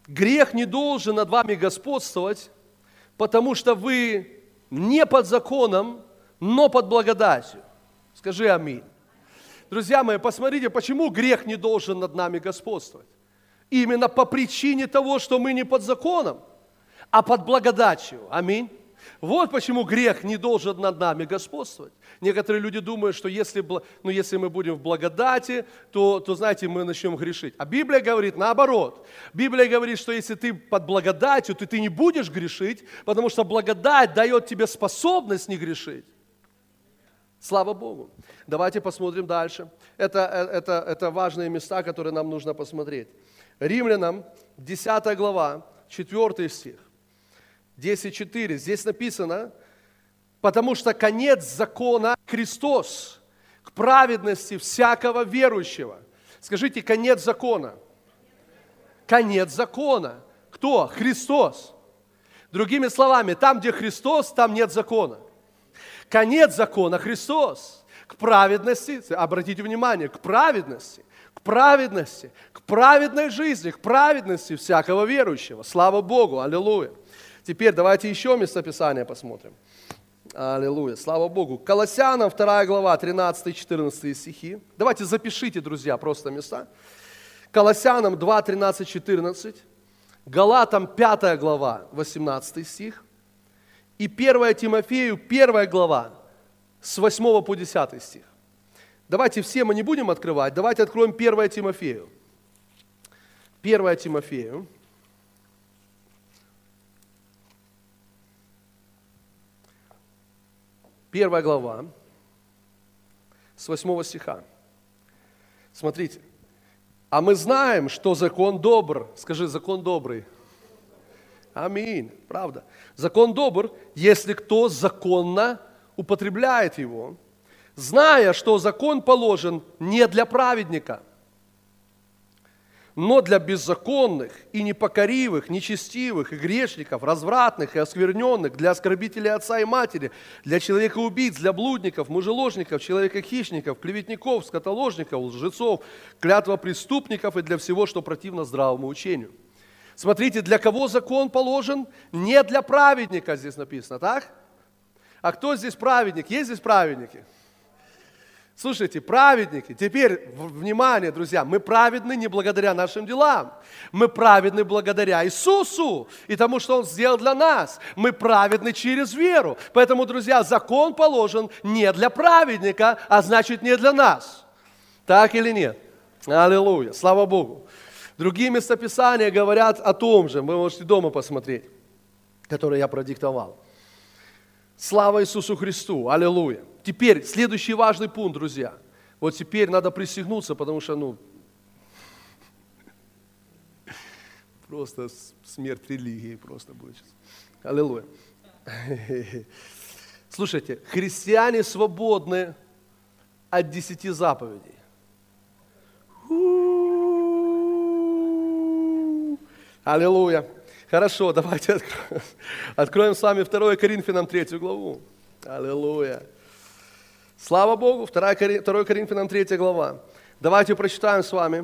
Грех не должен над вами господствовать, потому что вы не под законом, но под благодатью. Скажи аминь. Друзья мои, посмотрите, почему грех не должен над нами господствовать. Именно по причине того, что мы не под законом, а под благодатью. Аминь. Вот почему грех не должен над нами господствовать. Некоторые люди думают, что если, ну, если мы будем в благодати, то, то, знаете, мы начнем грешить. А Библия говорит наоборот. Библия говорит, что если ты под благодатью, то ты не будешь грешить, потому что благодать дает тебе способность не грешить. Слава Богу. Давайте посмотрим дальше. Это, это, это важные места, которые нам нужно посмотреть. Римлянам, десятая глава, четвёртый стих. десять четыре. Здесь написано, потому что конец закона Христос к праведности всякого верующего. Скажите, конец закона. Конец закона. Кто? Христос. Другими словами, там, где Христос, там нет закона. Конец закона Христос. К праведности, обратите внимание, к праведности, к праведности, к праведной жизни, к праведности всякого верующего. Слава Богу, аллилуйя. Теперь давайте еще местописание посмотрим. Аллилуйя, слава Богу. Колоссянам вторая глава, тринадцатый-четырнадцатый стихи. Давайте запишите, друзья, просто места. Колоссянам два, тринадцать, четырнадцать. Галатам пятая глава, восемнадцатый стих. И первое Тимофею, первая глава, с восьмого по десятый стих. Давайте все мы не будем открывать, давайте откроем первое Тимофею. первое Тимофею. Первая глава, с восьмого стиха. Смотрите. А мы знаем, что закон добр. Скажи, закон добрый. Аминь. Правда. Закон добр, если кто законно употребляет его, зная, что закон положен не для праведника, но для беззаконных и непокоривых, нечестивых и грешников, развратных и оскверненных, для оскорбителей отца и матери, для человека-убийц, для блудников, мужеложников, человека-хищников, клеветников, скотоложников, лжецов, клятвопреступников и для всего, что противно здравому учению. Смотрите, для кого закон положен? Не для праведника, здесь написано, так? А кто здесь праведник? Есть здесь праведники? Слушайте, праведники, теперь, внимание, друзья, мы праведны не благодаря нашим делам. Мы праведны благодаря Иисусу и тому, что Он сделал для нас. Мы праведны через веру. Поэтому, друзья, закон положен не для праведника, а значит не для нас. Так или нет? Аллилуйя, слава Богу. Другие местописания говорят о том же, вы можете дома посмотреть, которые я продиктовал. Слава Иисусу Христу, аллилуйя. Теперь, следующий важный пункт, друзья. Вот теперь надо пристегнуться, потому что, ну, просто смерть религии просто будет сейчас. Аллилуйя. Слушайте, христиане свободны от десяти заповедей. Аллилуйя. Хорошо, давайте откроем, откроем с вами второе Коринфянам третью главу. Аллилуйя. Слава Богу, второе Коринфянам третья глава. Давайте прочитаем с вами.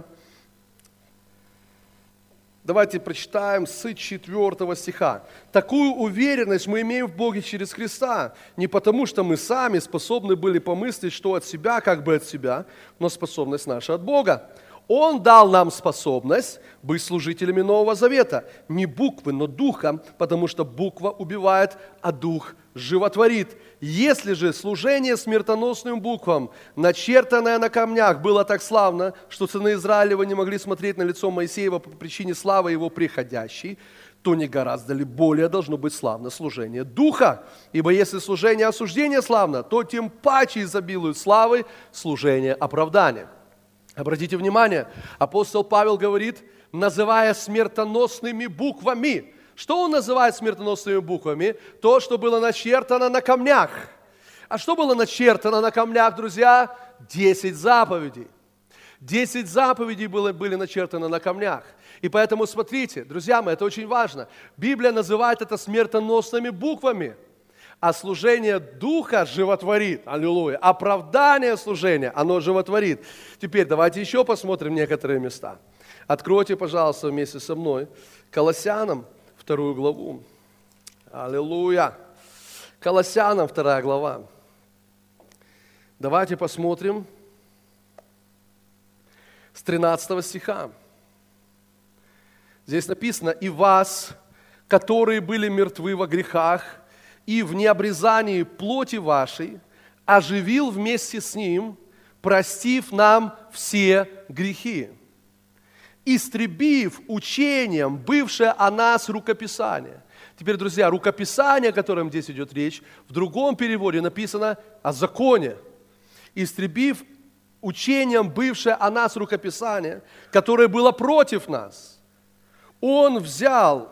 Давайте прочитаем с четвёртого стиха. Такую уверенность мы имеем в Боге через Христа, не потому, что мы сами способны были помыслить, что от себя, как бы от себя, но способность наша от Бога. Он дал нам способность быть служителями Нового Завета. Не буквы, но духа, потому что буква убивает, а дух животворит. Если же служение смертоносным буквам, начертанное на камнях, было так славно, что сыны Израилева не могли смотреть на лицо Моисеева по причине славы его приходящей, то не гораздо ли более должно быть славно служение духа? Ибо если служение осуждения славно, то тем паче изобилует славой служение оправдания. Обратите внимание, апостол Павел говорит, называя смертоносными буквами. Что он называет смертоносными буквами? То, что было начертано на камнях. А что было начертано на камнях, друзья? Десять заповедей. Десять заповедей было, были начертаны на камнях. И поэтому смотрите, друзья мои, это очень важно. Библия называет это смертоносными буквами. А служение Духа животворит. Аллилуйя. Оправдание служения, оно животворит. Теперь давайте еще посмотрим некоторые места. Откройте, пожалуйста, вместе со мной Колоссянам вторую главу. Аллилуйя! Колоссянам вторая глава. Давайте посмотрим с тринадцатого стиха. Здесь написано: «И вас, которые были мертвы во грехах и в необрезании плоти вашей, оживил вместе с Ним, простив нам все грехи, истребив учением бывшее о нас рукописание». Теперь, друзья, рукописание, о котором здесь идет речь, в другом переводе написано о законе. «Истребив учением бывшее о нас рукописание, которое было против нас, Он взял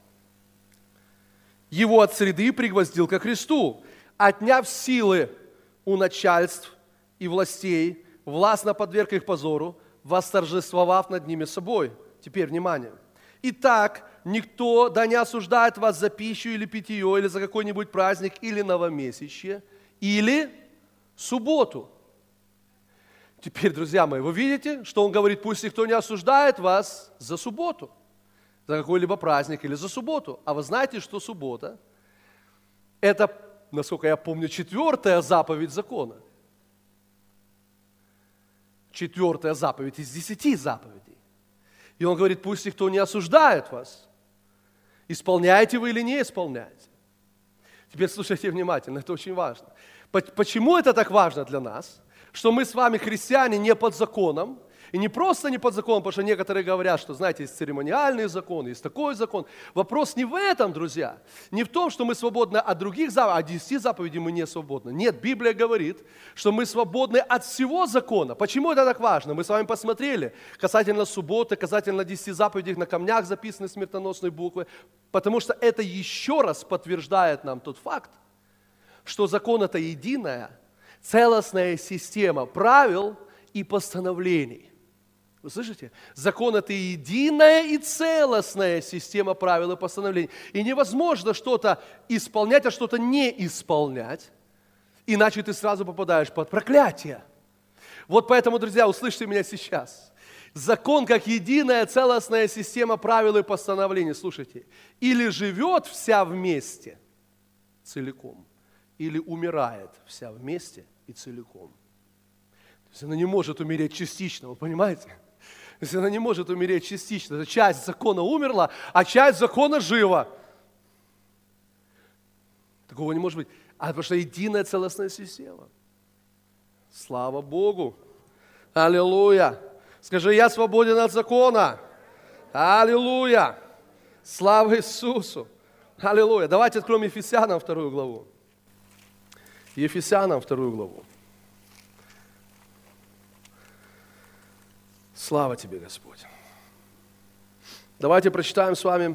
его от среды и пригвоздил ко кресту, отняв силы у начальств и властей, властно подверг их позору, восторжествовав над ними собой». Теперь, внимание. «Итак, никто да не осуждает вас за пищу или питье, или за какой-нибудь праздник, или новомесячье, или субботу». Теперь, друзья мои, вы видите, что он говорит: пусть никто не осуждает вас за субботу, за какой-либо праздник или за субботу. А вы знаете, что суббота – это, насколько я помню, четвертая заповедь закона. Четвертая заповедь из десяти заповедей. И он говорит: пусть никто не осуждает вас, исполняете вы или не исполняете. Теперь слушайте внимательно, это очень важно. Почему это так важно для нас? Что мы с вами, христиане, не под законом. И не просто не под законом, потому что некоторые говорят, что, знаете, есть церемониальный закон, есть такой закон. Вопрос не в этом, друзья. Не в том, что мы свободны от других заповедей, от десяти заповедей мы не свободны. Нет, Библия говорит, что мы свободны от всего закона. Почему это так важно? Мы с вами посмотрели касательно субботы, касательно десяти заповедей, на камнях записаны смертоносные буквы. Потому что это еще раз подтверждает нам тот факт, что закон – это единая, целостная система правил и постановлений. Вы слышите? Закон – это единая и целостная система правил и постановлений. И невозможно что-то исполнять, а что-то не исполнять, иначе ты сразу попадаешь под проклятие. Вот поэтому, друзья, услышьте меня сейчас. Закон как единая целостная система правил и постановлений, слушайте, или живет вся вместе целиком, или умирает вся вместе и целиком. То есть она не может умереть частично, вы понимаете? То есть она не может умереть частично. Часть закона умерла, а часть закона жива. Такого не может быть. А потому что единая целостная система. Слава Богу. Аллилуйя. Скажи: я свободен от закона. Аллилуйя. Слава Иисусу. Аллилуйя. Давайте откроем Ефесянам вторую главу. Ефесянам вторую главу. Слава Тебе, Господь. Давайте прочитаем с вами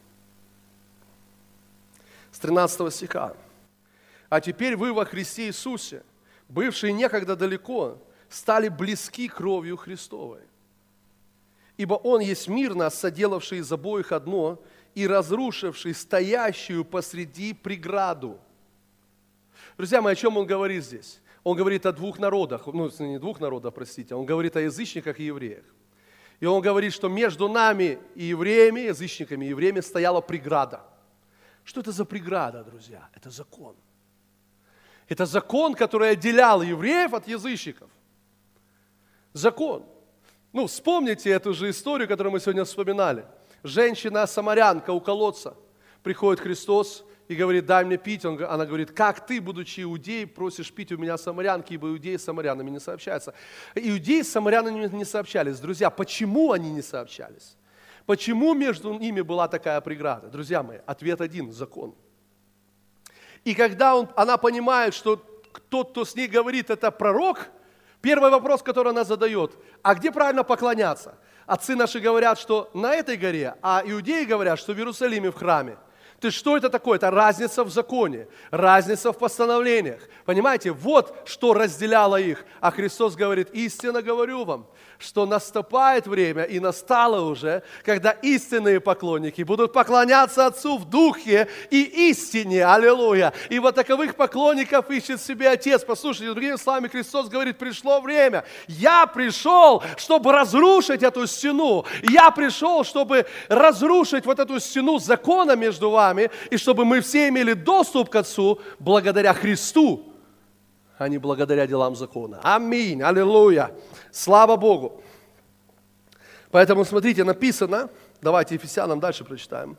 с тринадцатого стиха. «А теперь вы во Христе Иисусе, бывшие некогда далеко, стали близки кровью Христовой. Ибо Он есть мир нас, соделавший из обоих одно и разрушивший стоящую посреди преграду». Друзья мои, о чем он говорит здесь? Он говорит о двух народах, ну, не двух народах, простите, он говорит о язычниках и евреях. И он говорит, что между нами и евреями, язычниками и евреями стояла преграда. Что это за преграда, друзья? Это закон. Это закон, который отделял евреев от язычников. Закон. Ну, вспомните эту же историю, которую мы сегодня вспоминали. Женщина-самарянка у колодца. Приходит Христос и говорит: дай мне пить. Он, она говорит: как ты, будучи иудеей, просишь пить у меня самарянки, ибо иудеи с самарянами не сообщаются. Иудеи с самарянами не сообщались. Друзья, почему они не сообщались? Почему между ними была такая преграда? Друзья мои, ответ один – закон. И когда он, она понимает, что тот, кто с ней говорит, это пророк, первый вопрос, который она задает: а где правильно поклоняться? Отцы наши говорят, что на этой горе, а иудеи говорят, что в Иерусалиме в храме. То есть что это такое? Это разница в законе, разница в постановлениях. Понимаете, вот что разделяло их. А Христос говорит: истинно говорю вам, что наступает время, и настало уже, когда истинные поклонники будут поклоняться Отцу в духе и истине. Аллилуйя! И вот таковых поклонников ищет себе Отец. Послушайте, другими словами, Христос говорит: пришло время. Я пришел, чтобы разрушить эту стену. Я пришел, чтобы разрушить вот эту стену закона между вами, и чтобы мы все имели доступ к Отцу благодаря Христу, а не благодаря делам закона. Аминь, аллилуйя, слава Богу. Поэтому, смотрите, написано, давайте Ефесянам дальше прочитаем.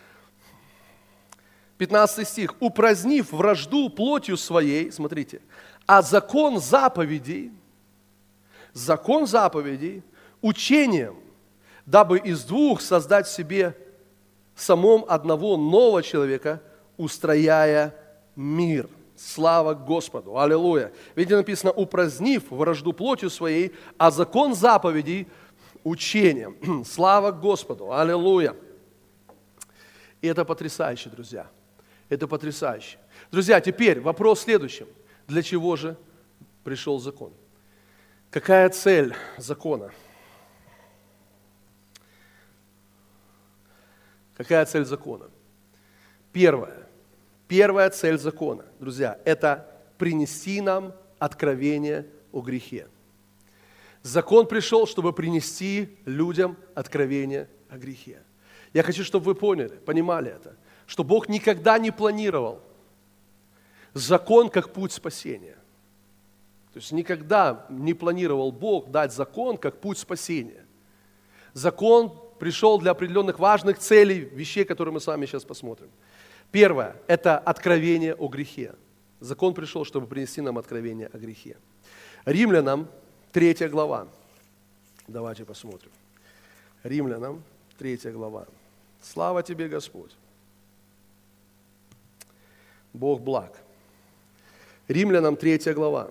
пятнадцатый стих. «Упразднив вражду плотью своей», смотрите, «а закон заповедей, закон заповедей учением, дабы из двух создать себе самом одного нового человека, устрояя мир». Слава Господу! Аллилуйя! Видите, написано: «упразднив вражду плотью своей, а закон заповедей учением». Слава Господу! Аллилуйя! И это потрясающе, друзья. Это потрясающе. Друзья, теперь вопрос в следующем. Для чего же пришел закон? Какая цель закона? Какая цель закона? Первое. Первая цель закона, друзья, это принести нам откровение о грехе. Закон пришел, чтобы принести людям откровение о грехе. Я хочу, чтобы вы поняли, понимали это, что Бог никогда не планировал закон как путь спасения. То есть никогда не планировал Бог дать закон как путь спасения. Закон пришел для определенных важных целей, вещей, которые мы с вами сейчас посмотрим. Первое – это откровение о грехе. Закон пришел, чтобы принести нам откровение о грехе. Римлянам, третья глава. Давайте посмотрим. Римлянам, третья глава. Слава тебе, Господь. Бог благ. Римлянам, третья глава.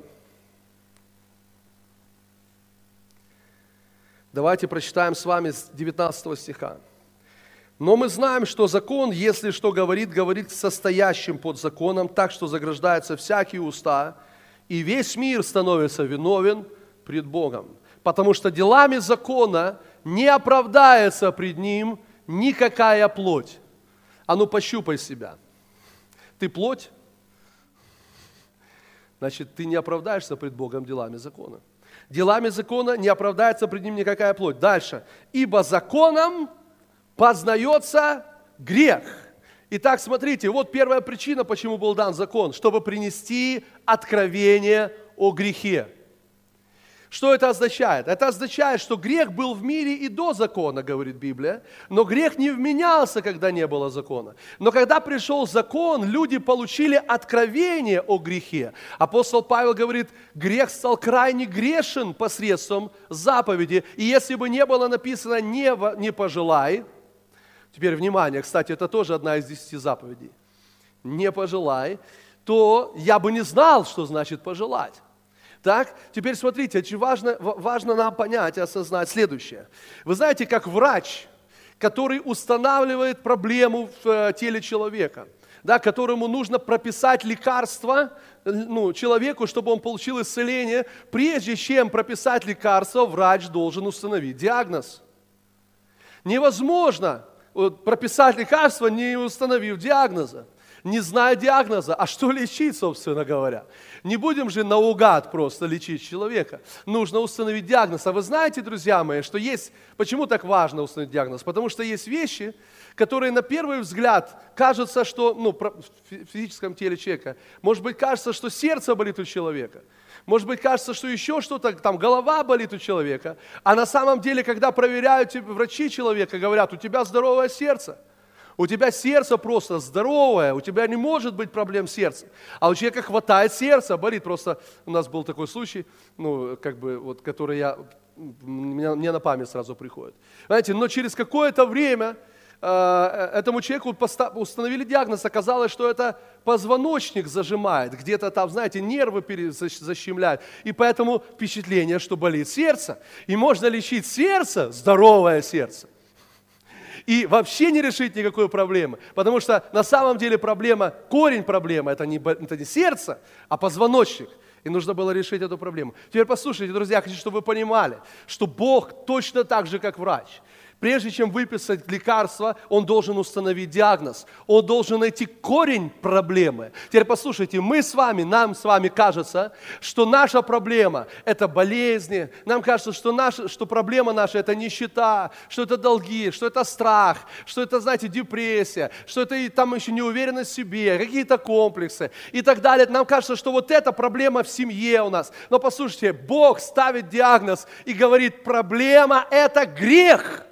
Давайте прочитаем с вами с девятнадцатого стиха. «Но мы знаем, что закон, если что говорит, говорит к состоящим под законом, так что заграждаются всякие уста, и весь мир становится виновен пред Богом. Потому что делами закона не оправдается пред Ним никакая плоть». А ну пощупай себя. Ты плоть? Значит, ты не оправдаешься пред Богом делами закона. Делами закона не оправдается пред Ним никакая плоть. Дальше. «Ибо законом познается грех». Итак, смотрите, вот первая причина, почему был дан закон, чтобы принести откровение о грехе. Что это означает? Это означает, что грех был в мире и до закона, говорит Библия, но грех не вменялся, когда не было закона. Но когда пришел закон, люди получили откровение о грехе. Апостол Павел говорит: грех стал крайне грешен посредством заповеди. И если бы не было написано «не, не пожелай», теперь внимание, кстати, это тоже одна из десяти заповедей, «не пожелай», то я бы не знал, что значит «пожелать». Так, теперь смотрите, очень важно, важно нам понять и осознать следующее. Вы знаете, как врач, который устанавливает проблему в теле человека, да, которому нужно прописать лекарство ну, человеку, чтобы он получил исцеление, прежде чем прописать лекарство, врач должен установить диагноз. Невозможно прописать лекарство, не установив диагноза. Не зная диагноза, а что лечить, собственно говоря? Не будем же наугад просто лечить человека. Нужно установить диагноз. А вы знаете, друзья мои, что есть... Почему так важно установить диагноз? Потому что есть вещи, которые на первый взгляд кажется, что... Ну, в физическом теле человека. Может быть, кажется, что сердце болит у человека. Может быть, кажется, что еще что-то, там, голова болит у человека. А на самом деле, когда проверяют врачи человека, говорят: у тебя здоровое сердце. У тебя сердце просто здоровое, у тебя не может быть проблем с сердцем. А у человека хватает сердца, болит. Просто у нас был такой случай, ну, как бы, вот, который я, мне, мне на память сразу приходит. Знаете, но через какое-то время э, этому человеку установили диагноз, оказалось, что это позвоночник зажимает, где-то там, знаете, нервы защемляют. И поэтому впечатление, что болит сердце. И можно лечить сердце, здоровое сердце. и вообще не решить никакой проблемы. Потому что на самом деле проблема, корень проблемы, это не, это не сердце, а позвоночник. И нужно было решить эту проблему. Теперь послушайте, друзья, хочу, чтобы вы понимали, что Бог точно так же, как врач. Прежде чем выписать лекарство, Он должен установить диагноз. Он должен найти корень проблемы. Теперь послушайте, мы с вами, нам с вами кажется, что наша проблема – это болезни. Нам кажется, что, наша, что проблема наша – это нищета, что это долги, что это страх, что это, знаете, депрессия, что это и там еще неуверенность в себе, какие-то комплексы и так далее. Нам кажется, что вот эта проблема в семье у нас. Но послушайте, Бог ставит диагноз и говорит, проблема – это грех.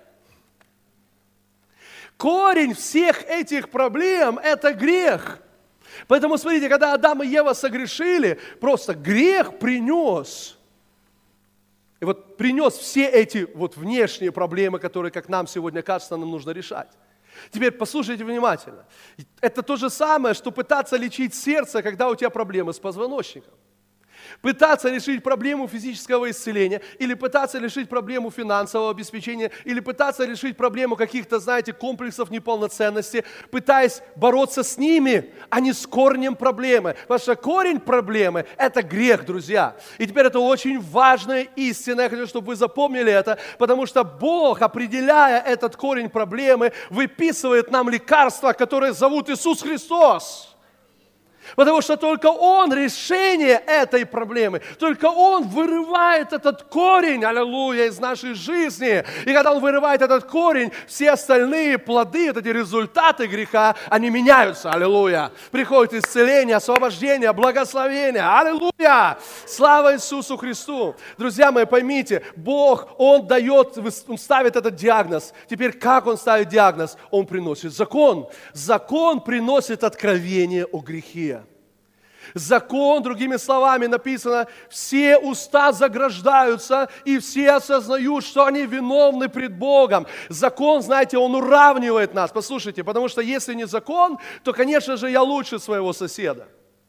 Корень всех этих проблем – это грех. Поэтому, смотрите, когда Адам и Ева согрешили, просто грех принес. И вот принес все эти вот внешние проблемы, которые, как нам сегодня кажется, нам нужно решать. Теперь послушайте внимательно. Это то же самое, что пытаться лечить сердце, когда у тебя проблемы с позвоночником. Пытаться решить проблему физического исцеления, или пытаться решить проблему финансового обеспечения, или пытаться решить проблему каких-то, знаете, комплексов неполноценности, пытаясь бороться с ними, а не с корнем проблемы. Потому что корень проблемы – это грех, друзья. И теперь это очень важная истина. Я хочу, чтобы вы запомнили это, потому что Бог, определяя этот корень проблемы, выписывает нам лекарства, которые зовут Иисус Христос. Потому что только Он решение этой проблемы, только Он вырывает этот корень, аллилуйя, из нашей жизни. И когда Он вырывает этот корень, все остальные плоды, вот эти результаты греха, они меняются, аллилуйя. Приходит исцеление, освобождение, благословение, аллилуйя. Слава Иисусу Христу. Друзья мои, поймите, Бог, Он дает, Он ставит этот диагноз. Теперь как Он ставит диагноз? Он приносит закон. Закон приносит откровение о грехе. Закон, другими словами написано, все уста заграждаются, и все осознают, что они виновны пред Богом. Закон, знаете, он уравнивает нас. Послушайте, потому что если не закон, то, конечно же, я лучше своего соседа.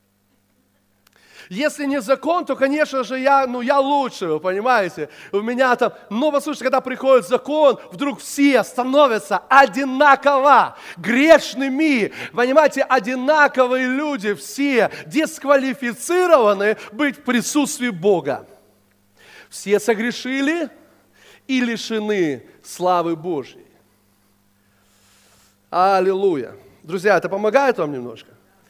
Если не закон, то, конечно же, я, ну, я лучше, вы понимаете? У меня там, но послушайте, когда приходит закон, вдруг все становятся одинаково грешными. Понимаете, одинаковые люди все дисквалифицированы быть в присутствии Бога. Все согрешили и лишены славы Божьей. Аллилуйя. Друзья, это помогает вам немножко?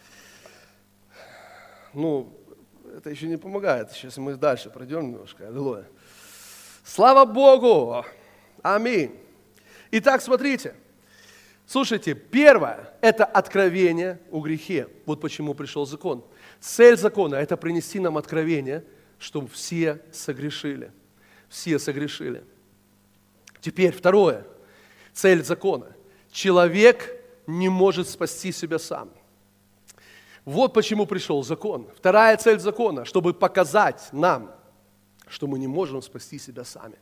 Ну, это еще не помогает. Сейчас мы дальше пройдем немножко. Аллилуйя. Слава Богу! Аминь. Итак, смотрите. Слушайте, первое – это откровение о грехе. Вот почему пришел закон. Цель закона – это принести нам откровение, чтобы все согрешили. Все согрешили. Теперь второе. Цель закона. Человек не может спасти себя сам. Вот почему пришел закон. Вторая цель закона, чтобы показать нам, что мы не можем спасти себя сами.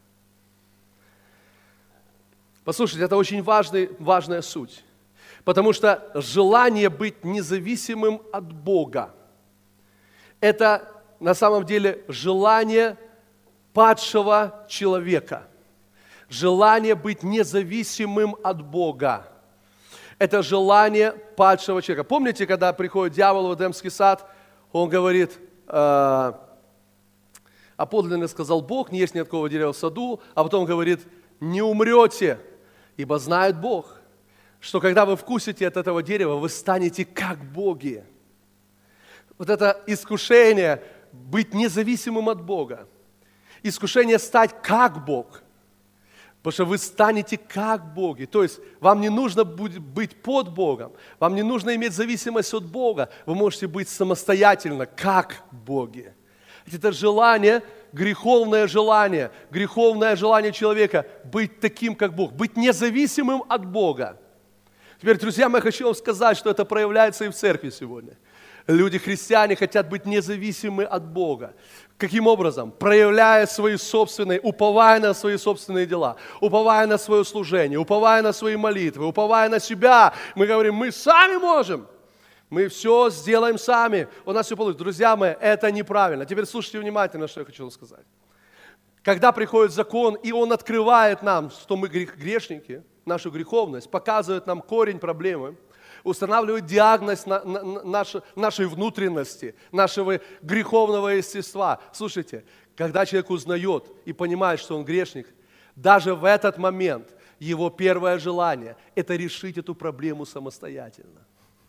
Послушайте, это очень важный, важная суть. Потому что желание быть независимым от Бога, это на самом деле желание падшего человека. Желание быть независимым от Бога. Это желание падшего человека. Помните, когда приходит дьявол в Эдемский сад, он говорит, э, а подлинно сказал Бог, не есть ни от кого дерева в саду, а потом говорит, не умрете, ибо знает Бог, что когда вы вкусите от этого дерева, вы станете как боги. Вот это искушение быть независимым от Бога, искушение стать как Бог. Потому что вы станете как боги. То есть вам не нужно будет быть под Богом. Вам не нужно иметь зависимость от Бога. Вы можете быть самостоятельно, как боги. Это желание, греховное желание, греховное желание человека быть таким, как Бог. Быть независимым от Бога. Теперь, друзья мои, хочу вам сказать, что это проявляется и в церкви сегодня. Люди, христиане, хотят быть независимы от Бога. Каким образом? Проявляя свои собственные, уповая на свои собственные дела, уповая на свое служение, уповая на свои молитвы, уповая на себя. Мы говорим, мы сами можем, мы все сделаем сами, у нас все получится. Друзья мои, это неправильно. Теперь слушайте внимательно, что я хочу вам сказать. Когда приходит закон, и он открывает нам, что мы грешники, нашу греховность, показывает нам корень проблемы, устанавливает диагноз на, на, на нашей, нашей внутренности, нашего греховного естества. Слушайте, когда человек узнает и понимает, что он грешник, даже в этот момент его первое желание – это решить эту проблему самостоятельно.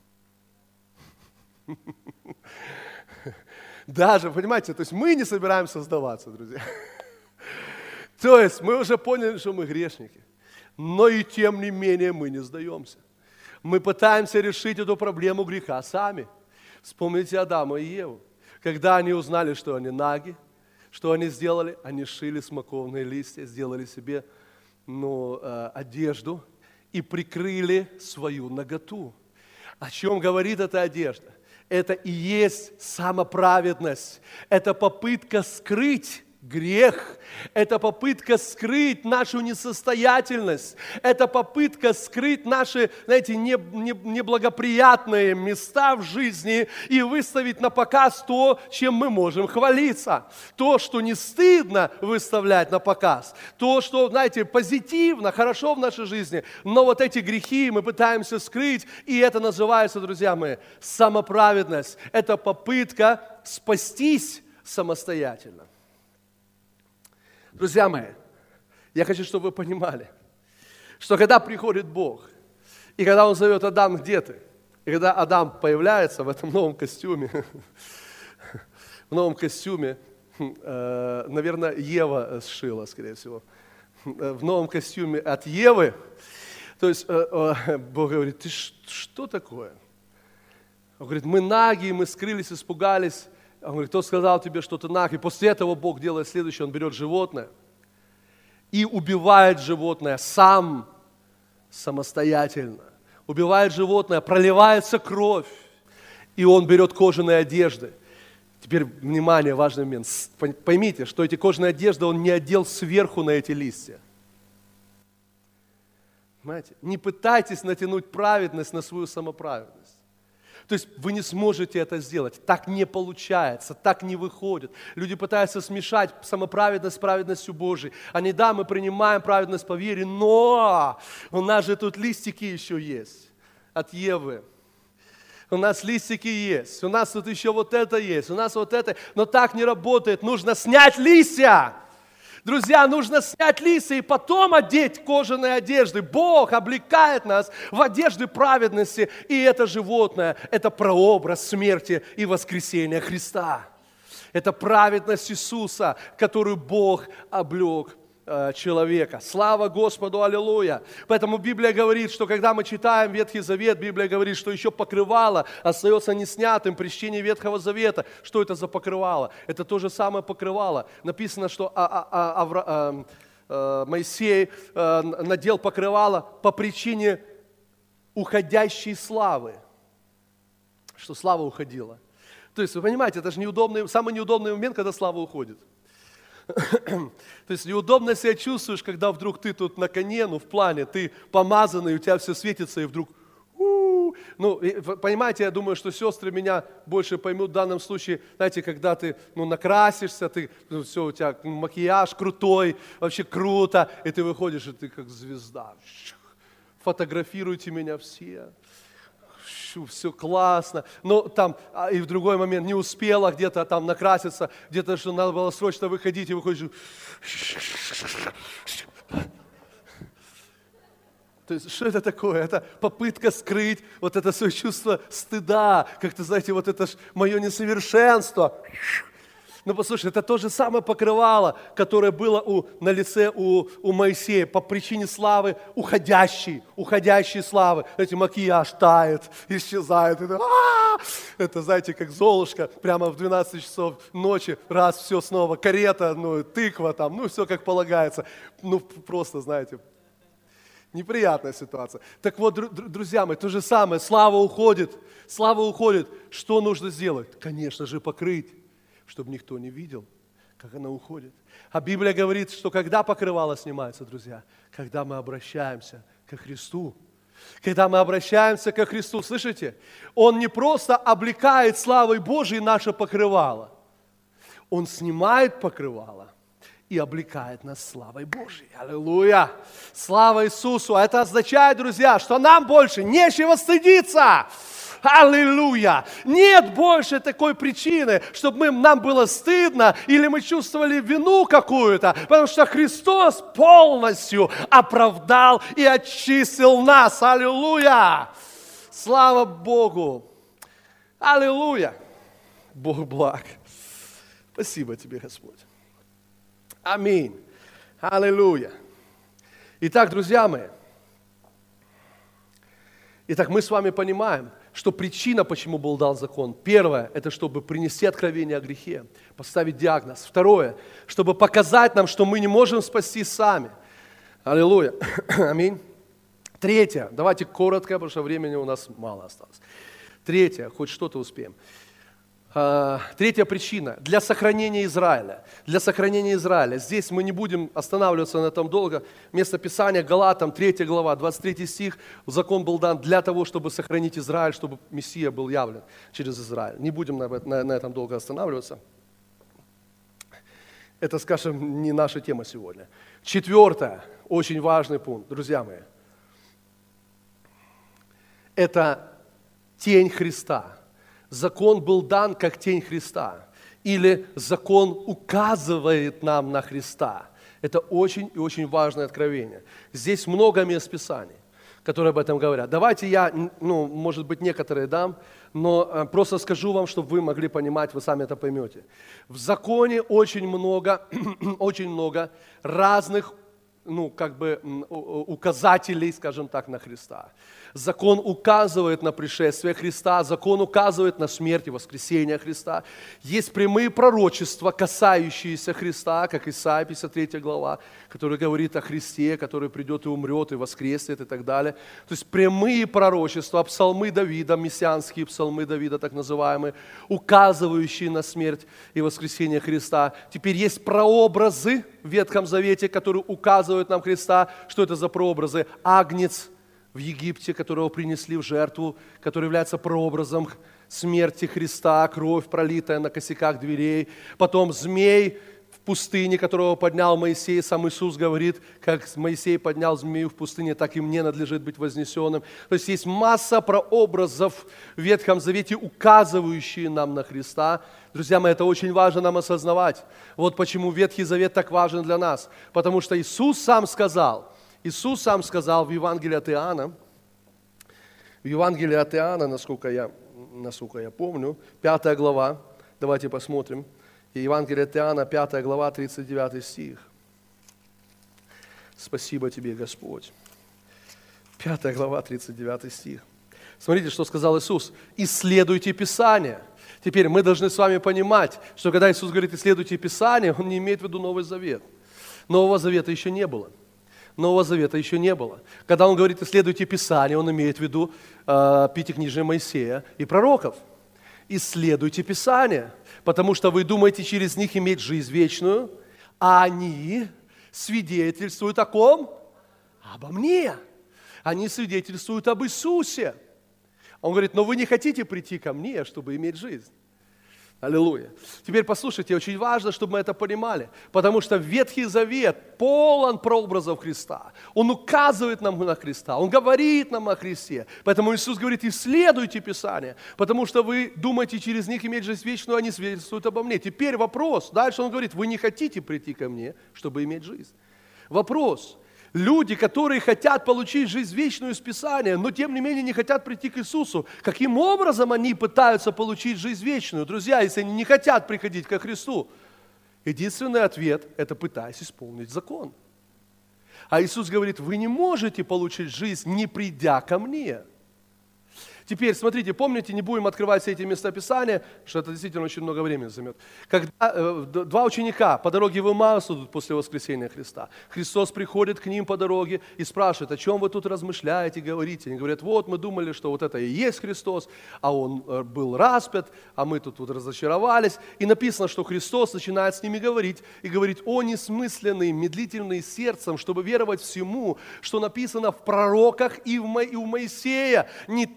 Даже, понимаете, то есть мы не собираемся сдаваться, друзья. То есть мы уже поняли, что мы грешники, но и тем не менее мы не сдаемся. Мы пытаемся решить эту проблему греха сами. Вспомните Адама и Еву. Когда они узнали, что они наги, что они сделали? Они шили смоковные листья, сделали себе ну, э, одежду и прикрыли свою наготу. О чем говорит эта одежда? Это и есть самоправедность. Это попытка скрыть грех. Это попытка скрыть нашу несостоятельность. Это попытка скрыть наши, знаете, неблагоприятные места в жизни и выставить на показ то, чем мы можем хвалиться. То, что не стыдно выставлять на показ. То, что, знаете, позитивно, хорошо в нашей жизни. Но вот эти грехи мы пытаемся скрыть, и это называется, друзья мои, самоправедность. Это попытка спастись самостоятельно. Друзья мои, я хочу, чтобы вы понимали, что когда приходит Бог, и когда Он зовет: Адам, где ты? И когда Адам появляется в этом новом костюме, в новом костюме, наверное, Ева сшила, скорее всего, в новом костюме от Евы, то есть Бог говорит: ты что такое? Он говорит: мы наги, мы скрылись, испугались. Он говорит: кто сказал тебе, что ты наг? И после этого Бог делает следующее: Он берет животное и убивает животное сам, самостоятельно. Убивает животное, проливается кровь, и Он берет кожаные одежды. Теперь, внимание, важный момент. Поймите, что эти кожаные одежды Он не одел сверху на эти листья. Понимаете? Не пытайтесь натянуть праведность на свою самоправедность. То есть вы не сможете это сделать. Так не получается, так не выходит. Люди пытаются смешать самоправедность с праведностью Божией. Они, да, мы принимаем праведность по вере, но у нас же тут листики еще есть от Евы. У нас листики есть, у нас тут еще вот это есть, у нас вот это. Но так не работает. Нужно снять листья. Друзья, нужно снять листья и потом одеть кожаные одежды. Бог облекает нас в одежды праведности. И это животное, это прообраз смерти и воскресения Христа. Это праведность Иисуса, которую Бог облек э, человека. Слава Господу, аллилуйя. Поэтому Библия говорит, что когда мы читаем Ветхий Завет, Библия говорит, что еще покрывало остается неснятым при чтении Ветхого Завета. Что это за покрывало? Это то же самое покрывало. Написано, что а, а, а, Авра, а, а, Моисей а, надел покрывало по причине уходящей славы. Что слава уходила. То есть, вы понимаете, это же неудобный, самый неудобный момент, когда слава уходит. То есть неудобно себя чувствуешь, когда вдруг ты тут на коне, ну в плане, ты помазанный, у тебя все светится, и вдруг, у-у-у. Ну, понимаете, я думаю, что сестры меня больше поймут в данном случае, знаете, когда ты, ну, накрасишься, ты, ну, все, у тебя макияж крутой, вообще круто, и ты выходишь, и ты как звезда. Фотографируйте меня все. Все классно, но там и в другой момент не успела где-то там накраситься, где-то что надо было срочно выходить, и выходишь. То есть, что это такое? Это попытка скрыть вот это свое чувство стыда, как-то, знаете, вот это ж мое несовершенство. Ну, послушай, это то же самое покрывало, которое было у, на лице у, у Моисея по причине славы уходящей, уходящей славы. Знаете, макияж тает, исчезает. Это, это, знаете, как Золушка, прямо в двенадцать часов ночи, раз, все снова, карета, ну, тыква там, ну, все как полагается. Ну, просто, знаете, неприятная ситуация. Так вот, друзья мои, то же самое, слава уходит, слава уходит. Что нужно сделать? Конечно же, покрыть, чтобы никто не видел, как она уходит. А Библия говорит, что когда покрывало снимается, друзья, когда мы обращаемся ко Христу, когда мы обращаемся ко Христу, слышите? Он не просто облекает славой Божией наше покрывало, Он снимает покрывало и облекает нас славой Божьей. Аллилуйя! Слава Иисусу! Это означает, друзья, что нам больше нечего стыдиться. Аллилуйя! Нет больше такой причины, чтобы мы, нам было стыдно или мы чувствовали вину какую-то, потому что Христос полностью оправдал и очистил нас. Аллилуйя! Слава Богу! Аллилуйя! Бог благ. Спасибо тебе, Господь. Аминь. Аллилуйя. Итак, друзья мои, итак, мы с вами понимаем, что причина, почему был дан закон, первое, это чтобы принести откровение о грехе, поставить диагноз. Второе, чтобы показать нам, что мы не можем спастись сами. Аллилуйя. Аминь. Третье, давайте коротко, потому что времени у нас мало осталось. Третье, хоть что-то успеем. Третья причина – для сохранения Израиля. Для сохранения Израиля. Здесь мы не будем останавливаться на этом долго. Место Писания, Галатам, третья глава, двадцать третий стих. Закон был дан для того, чтобы сохранить Израиль, чтобы Мессия был явлен через Израиль. Не будем на, на, на этом долго останавливаться. Это, скажем, не наша тема сегодня. Четвертое, очень важный пункт, друзья мои. Это тень Христа. Закон был дан как тень Христа. Или закон указывает нам на Христа. Это очень и очень важное откровение. Здесь много мест Писаний, которые об этом говорят. Давайте я, ну, может быть, некоторые дам, но просто скажу вам, чтобы вы могли понимать, вы сами это поймете. В законе очень много, очень много разных, ну, как бы указателей, скажем так, на Христа. Закон указывает на пришествие Христа, закон указывает на смерть и воскресение Христа. Есть прямые пророчества, касающиеся Христа, как Исайя, пятьдесят третья глава, который говорит о Христе, который придет и умрет, и воскреснет, и так далее. То есть прямые пророчества, псалмы Давида, мессианские псалмы Давида, так называемые, указывающие на смерть и воскресение Христа. Теперь есть прообразы в Ветхом Завете, которые указывают нам Христа. Что это за прообразы? Агнец в Египте, которого принесли в жертву, который является прообразом смерти Христа, кровь, пролитая на косяках дверей. Потом змей в пустыне, которого поднял Моисей. Сам Иисус говорит, как Моисей поднял змею в пустыне, так и мне надлежит быть вознесенным. То есть есть масса прообразов в Ветхом Завете, указывающие нам на Христа. Друзья мои, это очень важно нам осознавать. Вот почему Ветхий Завет так важен для нас. Потому что Иисус сам сказал, Иисус сам сказал в Евангелии от Иоанна, в Евангелии от Иоанна, насколько я, насколько я помню, пятая глава, давайте посмотрим, и Евангелие от Иоанна, пятая глава, тридцать девятый стих. Спасибо тебе, Господь. пятая глава, тридцать девятый стих. Смотрите, что сказал Иисус. «Исследуйте Писание». Теперь мы должны с вами понимать, что когда Иисус говорит «исследуйте Писание», Он не имеет в виду Новый Завет. Нового Завета еще не было. Нового Завета еще не было. Когда Он говорит «исследуйте Писание», Он имеет в виду э, Пятикнижие Моисея и пророков. Исследуйте Писание, потому что вы думаете через них иметь жизнь вечную, а они свидетельствуют о ком? Обо мне. Они свидетельствуют об Иисусе. Он говорит, но вы не хотите прийти ко мне, чтобы иметь жизнь. Аллилуйя. Теперь послушайте, очень важно, чтобы мы это понимали, потому что Ветхий Завет полон прообразов Христа. Он указывает нам на Христа, Он говорит нам о Христе. Поэтому Иисус говорит, исследуйте Писание, потому что вы думаете через них иметь жизнь вечную, они свидетельствуют обо мне. Теперь вопрос, дальше Он говорит, вы не хотите прийти ко мне, чтобы иметь жизнь. Вопрос. Люди, которые хотят получить жизнь вечную из Писания, но тем не менее не хотят прийти к Иисусу, каким образом они пытаются получить жизнь вечную? Друзья, если они не хотят приходить ко Христу, единственный ответ – это пытаясь исполнить закон. А Иисус говорит, вы не можете получить жизнь, не придя ко мне. Теперь, смотрите, помните, не будем открывать все эти места Писания, что это действительно очень много времени займет. Когда э, два ученика по дороге в Эмаус идут после воскресения Христа, Христос приходит к ним по дороге и спрашивает, о чем вы тут размышляете, говорите. Они говорят, вот мы думали, что вот это и есть Христос, а Он был распят, а мы тут вот разочаровались. И написано, что Христос начинает с ними говорить и говорит, о несмысленные, медлительные сердцем, чтобы веровать всему, что написано в пророках и в Моисея. Не так ли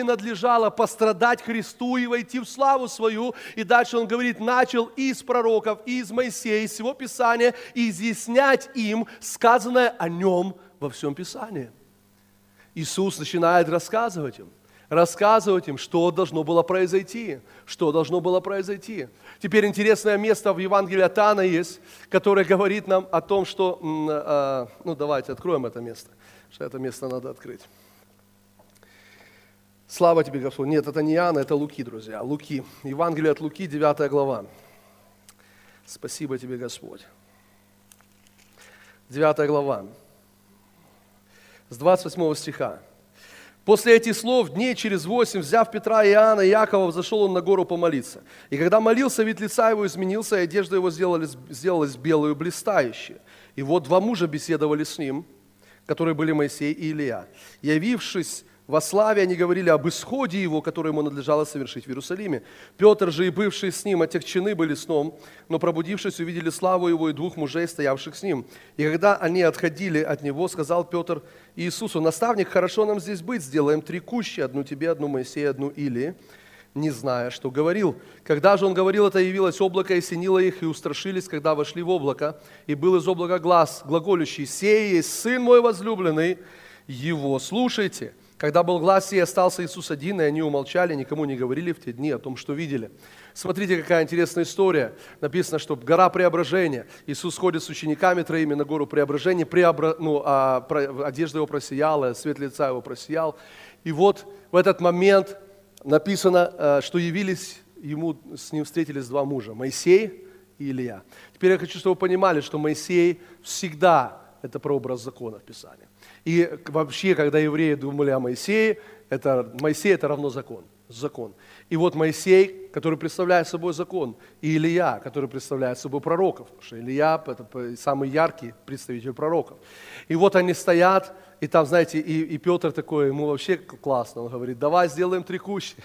надлежало пострадать Христу и войти в славу свою. И дальше он говорит, начал из пророков, из Моисея, из всего Писания, изъяснять им сказанное о нем во всем Писании. Иисус начинает рассказывать им. Рассказывать им, что должно было произойти, что должно было произойти. Теперь интересное место в Евангелии от Иоанна есть, которое говорит нам о том, что, ну давайте откроем это место, что это место надо открыть. Слава тебе, Господь. Нет, это не Иоанна, это Луки, друзья, Луки. Евангелие от Луки, девятая глава. Спасибо тебе, Господь. девятая глава, с двадцать восьмого стиха. После этих слов, дней через восемь, взяв Петра, Иоанна и Иакова, взошел он на гору помолиться. И когда молился, вид лица его изменился, и одежда его сделалась, сделалась белую, блистающей. И вот два мужа беседовали с ним, которые были Моисей и Илия. Явившись во славе, они говорили об исходе его, который ему надлежало совершить в Иерусалиме. Петр же и бывшие с ним отягчены были сном, но пробудившись, увидели славу его и двух мужей, стоявших с ним. И когда они отходили от него, сказал Петр Иисусу: наставник, хорошо нам здесь быть, сделаем три кущи, одну тебе, одну Моисею, одну Илии, не зная, что говорил. Когда же он говорил это, явилось облако и осенило их, и устрашились, когда вошли в облако. И был из облака глас, глаголющий: сей есть Сын мой возлюбленный, его слушайте. Когда был глас сей, остался Иисус один, и они умолчали, никому не говорили в те дни о том, что видели. Смотрите, какая интересная история. Написано, что гора Преображения. Иисус ходит с учениками троими на гору Преображения, преобра... ну, а, про... одежда его просияла, свет лица его просиял. И вот в этот момент написано, что явились ему, с ним встретились два мужа, Моисей и Илия. Теперь я хочу, чтобы вы понимали, что Моисей всегда это прообраз закона в Писании. И вообще, когда евреи думали о Моисее, это, Моисей это равно закон, закон. И вот Моисей, который представляет собой закон, и Илия, который представляет собой пророков, потому что Илия это самый яркий представитель пророков. И вот они стоят, и там, знаете, и, и Петр такой, ему вообще классно, он говорит: давай сделаем три кущи.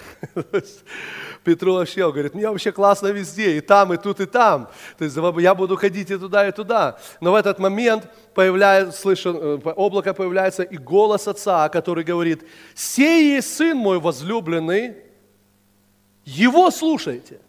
Петру вообще, он говорит: мне вообще классно везде, и там, и тут, и там. То есть я буду ходить и туда, и туда. Но в этот момент появляется, слышен, облако появляется, и голос Отца, который говорит: сей есть Сын мой возлюбленный, его слушайте.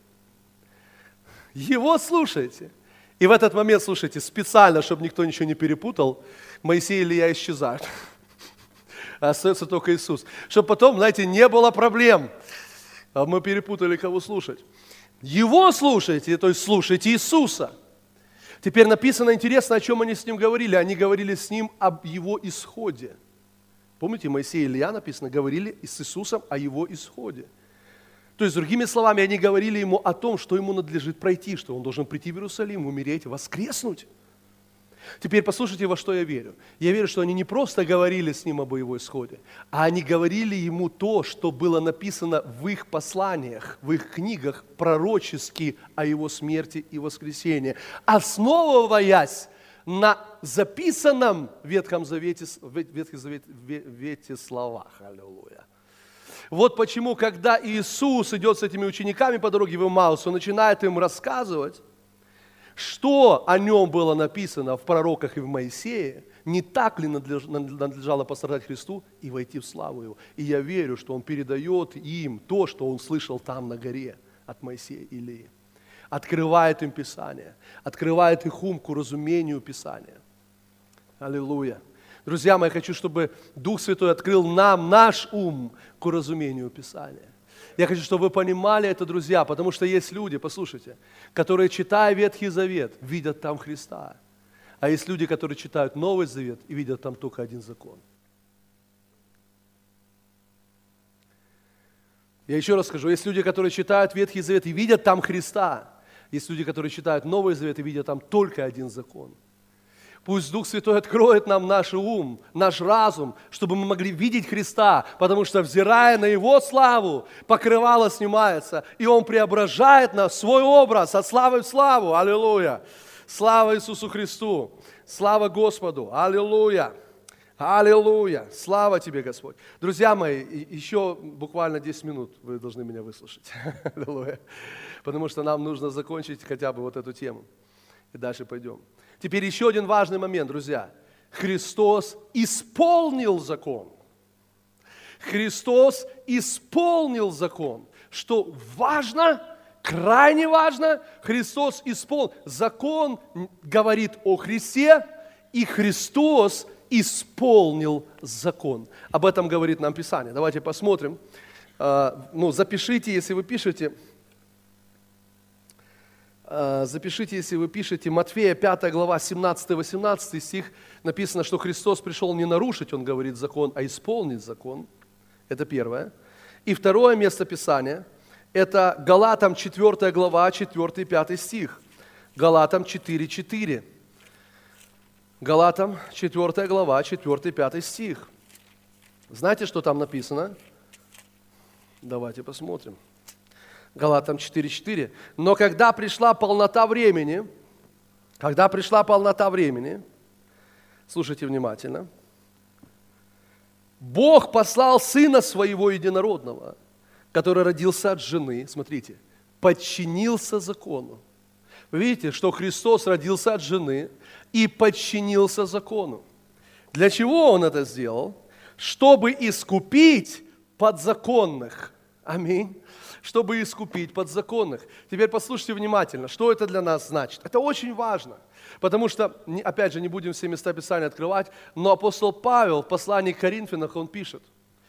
Его слушайте. И в этот момент, слушайте, специально, чтобы никто ничего не перепутал, Моисей и Илия исчезают. Остается только Иисус. Чтобы потом, знаете, не было проблем. А мы перепутали, кого слушать. Его слушайте, то есть слушайте Иисуса. Теперь написано интересно, о чем они с ним говорили. Они говорили с ним об его исходе. Помните, Моисей и Илия, написано, говорили с Иисусом о его исходе. То есть, другими словами, они говорили ему о том, что ему надлежит пройти, что он должен прийти в Иерусалим, умереть, воскреснуть. Теперь послушайте, во что я верю. Я верю, что они не просто говорили с ним об его исходе, а они говорили ему то, что было написано в их посланиях, в их книгах пророчески о его смерти и воскресении, основываясь на записанном в Ветхом Завете, в Ветхом Завете, Завете словах. Аллилуйя. Вот почему, когда Иисус идет с этими учениками по дороге в Эмаус, Он начинает им рассказывать, что о нем было написано в пророках и в Моисее, не так ли надлежало пострадать Христу и войти в славу Его. И я верю, что Он передает им то, что Он слышал там на горе от Моисея и Илии. Открывает им Писание, открывает их ум к разумению Писания. Аллилуйя. Друзья мои, я хочу, чтобы Дух Святой открыл нам наш ум к разумению Писания. Я хочу, чтобы вы понимали это, друзья, потому что есть люди, послушайте, которые, читая Ветхий Завет, видят там Христа. А есть люди, которые читают Новый Завет и видят там только один закон. Я еще раз скажу, есть люди, которые читают Ветхий Завет и видят там Христа. Есть люди, которые читают Новый Завет и видят там только один закон. Пусть Дух Святой откроет нам наш ум, наш разум, чтобы мы могли видеть Христа, потому что, взирая на Его славу, покрывало снимается, и Он преображает нас в свой образ от славы в славу. Аллилуйя! Слава Иисусу Христу! Слава Господу! Аллилуйя! Аллилуйя! Слава Тебе, Господь! Друзья мои, еще буквально десять минут вы должны меня выслушать. Аллилуйя! Потому что нам нужно закончить хотя бы вот эту тему. И дальше пойдем. Теперь еще один важный момент, друзья. Христос исполнил закон. Христос исполнил закон. Что важно, крайне важно, Христос исполнил. Закон говорит о Христе, и Христос исполнил закон. Об этом говорит нам Писание. Давайте посмотрим. Ну, запишите, если вы пишете. Запишите, если вы пишете, Матфея пятая глава, семнадцатый-восемнадцатый стих, написано, что Христос пришел не нарушить, Он говорит, закон, а исполнить закон. Это первое. И второе место Писания, это Галатам четвёртая глава, четвёртый-пятый стих. Галатам четыре четыре. Галатам четвёртая глава, четвёртый-пятый стих. Знаете, что там написано? Давайте посмотрим. Галатам четыре четыре. Но когда пришла полнота времени, когда пришла полнота времени, слушайте внимательно, Бог послал Сына Своего Единородного, который родился от жены, смотрите, подчинился закону. Вы видите, что Христос родился от жены и подчинился закону. Для чего Он это сделал? Чтобы искупить подзаконных. Аминь. Чтобы искупить подзаконных. Теперь послушайте внимательно, что это для нас значит. Это очень важно, потому что, опять же, не будем все места Писания открывать, но апостол Павел в послании к Коринфянам, он пишет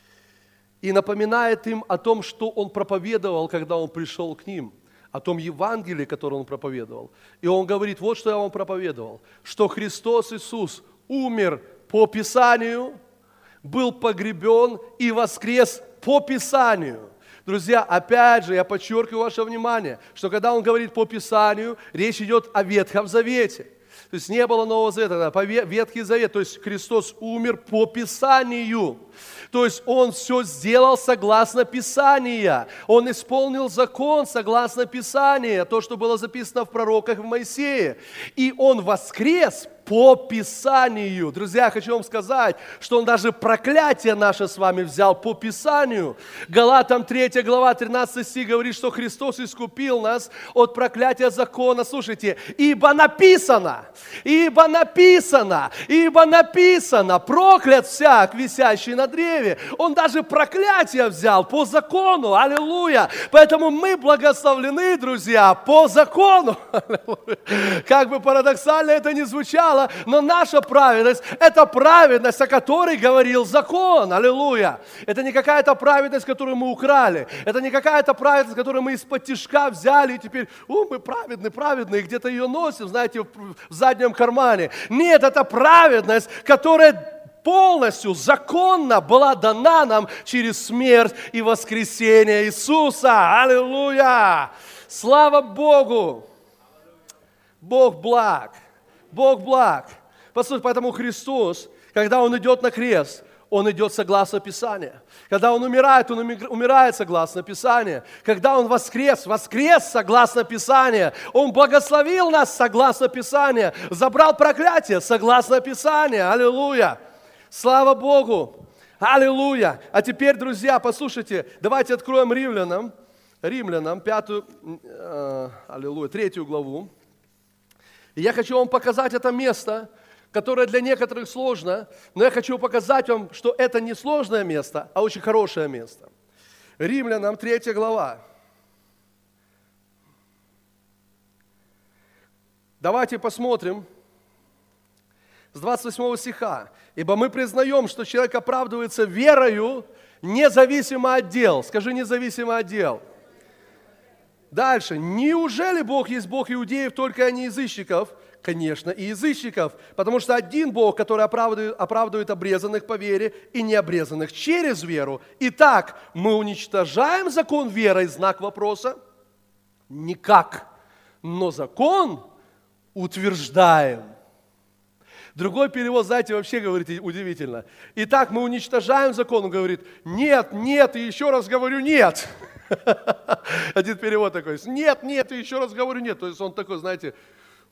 и напоминает им о том, что он проповедовал, когда он пришел к ним, о том Евангелии, которое он проповедовал. И он говорит, вот что я вам проповедовал, что Христос Иисус умер по Писанию, был погребен и воскрес по Писанию. Друзья, опять же, я подчеркиваю ваше внимание, что когда он говорит по Писанию, речь идет о Ветхом Завете. То есть не было Нового Завета, а Ветхий Завет. То есть Христос умер по Писанию. То есть Он все сделал согласно Писанию. Он исполнил закон согласно Писанию, то, что было записано в пророках в Моисее. И Он воскрес по Писанию. Друзья, я хочу вам сказать, что Он даже проклятие наше с вами взял по Писанию. Галатам третья глава, тринадцатый стих говорит, что Христос искупил нас от проклятия закона. Слушайте, ибо написано, ибо написано, ибо написано, проклят всяк, висящий на древе. Он даже проклятие взял по закону. Аллилуйя. Поэтому мы благословлены, друзья, по закону. Аллилуйя. Как бы парадоксально это ни звучало, но наша праведность – это праведность, о которой говорил закон. Аллилуйя. Это не какая-то праведность, которую мы украли. Это не какая-то праведность, которую мы из-под тишка взяли и теперь, о, мы праведны, праведны, и где-то ее носим, знаете, в заднем кармане. Нет, это праведность, которая полностью, законно была дана нам через смерть и воскресение Иисуса. Аллилуйя! Слава Богу! Бог благ. Бог благ. Послушайте, поэтому Христос, когда Он идет на крест, Он идет согласно Писанию. Когда Он умирает, Он умирает согласно Писанию. Когда Он воскрес, воскрес согласно Писанию. Он благословил нас согласно Писанию. Забрал проклятие согласно Писанию. Аллилуйя. Слава Богу. Аллилуйя. А теперь, друзья, послушайте, давайте откроем Римлянам, Римлянам, пятую, э, аллилуйя, третью главу. И я хочу вам показать это место, которое для некоторых сложно, но я хочу показать вам, что это не сложное место, а очень хорошее место. Римлянам, третья глава. Давайте посмотрим с двадцать восьмого стиха. «Ибо мы признаем, что человек оправдывается верою, независимо от дел». Скажи, независимо от дел. Дальше. «Неужели Бог есть Бог иудеев, только а не язычников?» Конечно, и язычников, потому что один Бог, который оправдывает, оправдывает обрезанных по вере и необрезанных через веру. Итак, мы уничтожаем закон верой, знак вопроса? Никак. Но закон утверждаем. Другой перевод, знаете, вообще говорит удивительно. Итак, мы уничтожаем закон. Он говорит, нет, нет, и еще раз говорю, нет. Один перевод такой, нет, нет, и еще раз говорю, нет. То есть он такой, знаете,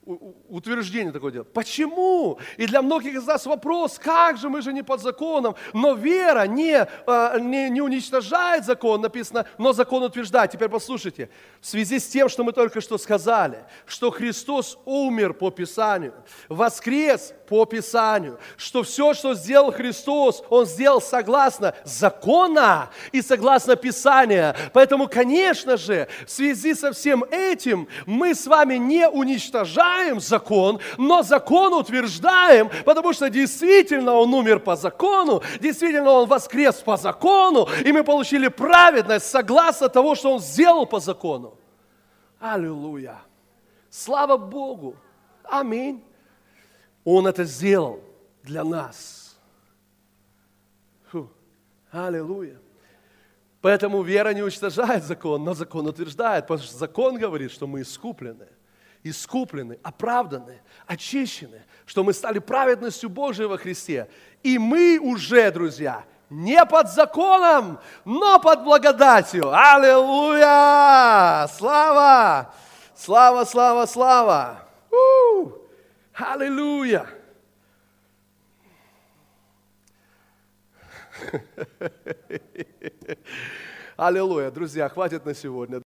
утверждение такое делать. Почему? И для многих из нас вопрос, как же мы же не под законом, но вера не, не, не уничтожает закон, написано, но закон утверждает. Теперь послушайте, в связи с тем, что мы только что сказали, что Христос умер по Писанию, воскрес по Писанию, что все, что сделал Христос, Он сделал согласно закона и согласно Писания. Поэтому, конечно же, в связи со всем этим мы с вами не уничтожаем закон, но закон утверждаем, потому что действительно Он умер по закону, действительно Он воскрес по закону, и мы получили праведность согласно того, что Он сделал по закону. Аллилуйя! Слава Богу! Аминь! Он это сделал для нас. Фу. Аллилуйя! Поэтому вера не уничтожает закон, но закон утверждает, потому что закон говорит, что мы искуплены. Искуплены, оправданы, очищены, что мы стали праведностью Божией во Христе. И мы уже, друзья, не под законом, но под благодатью. Аллилуйя! Слава! Слава, слава, слава! У! Аллилуйя! Аллилуйя! Друзья, хватит на сегодня.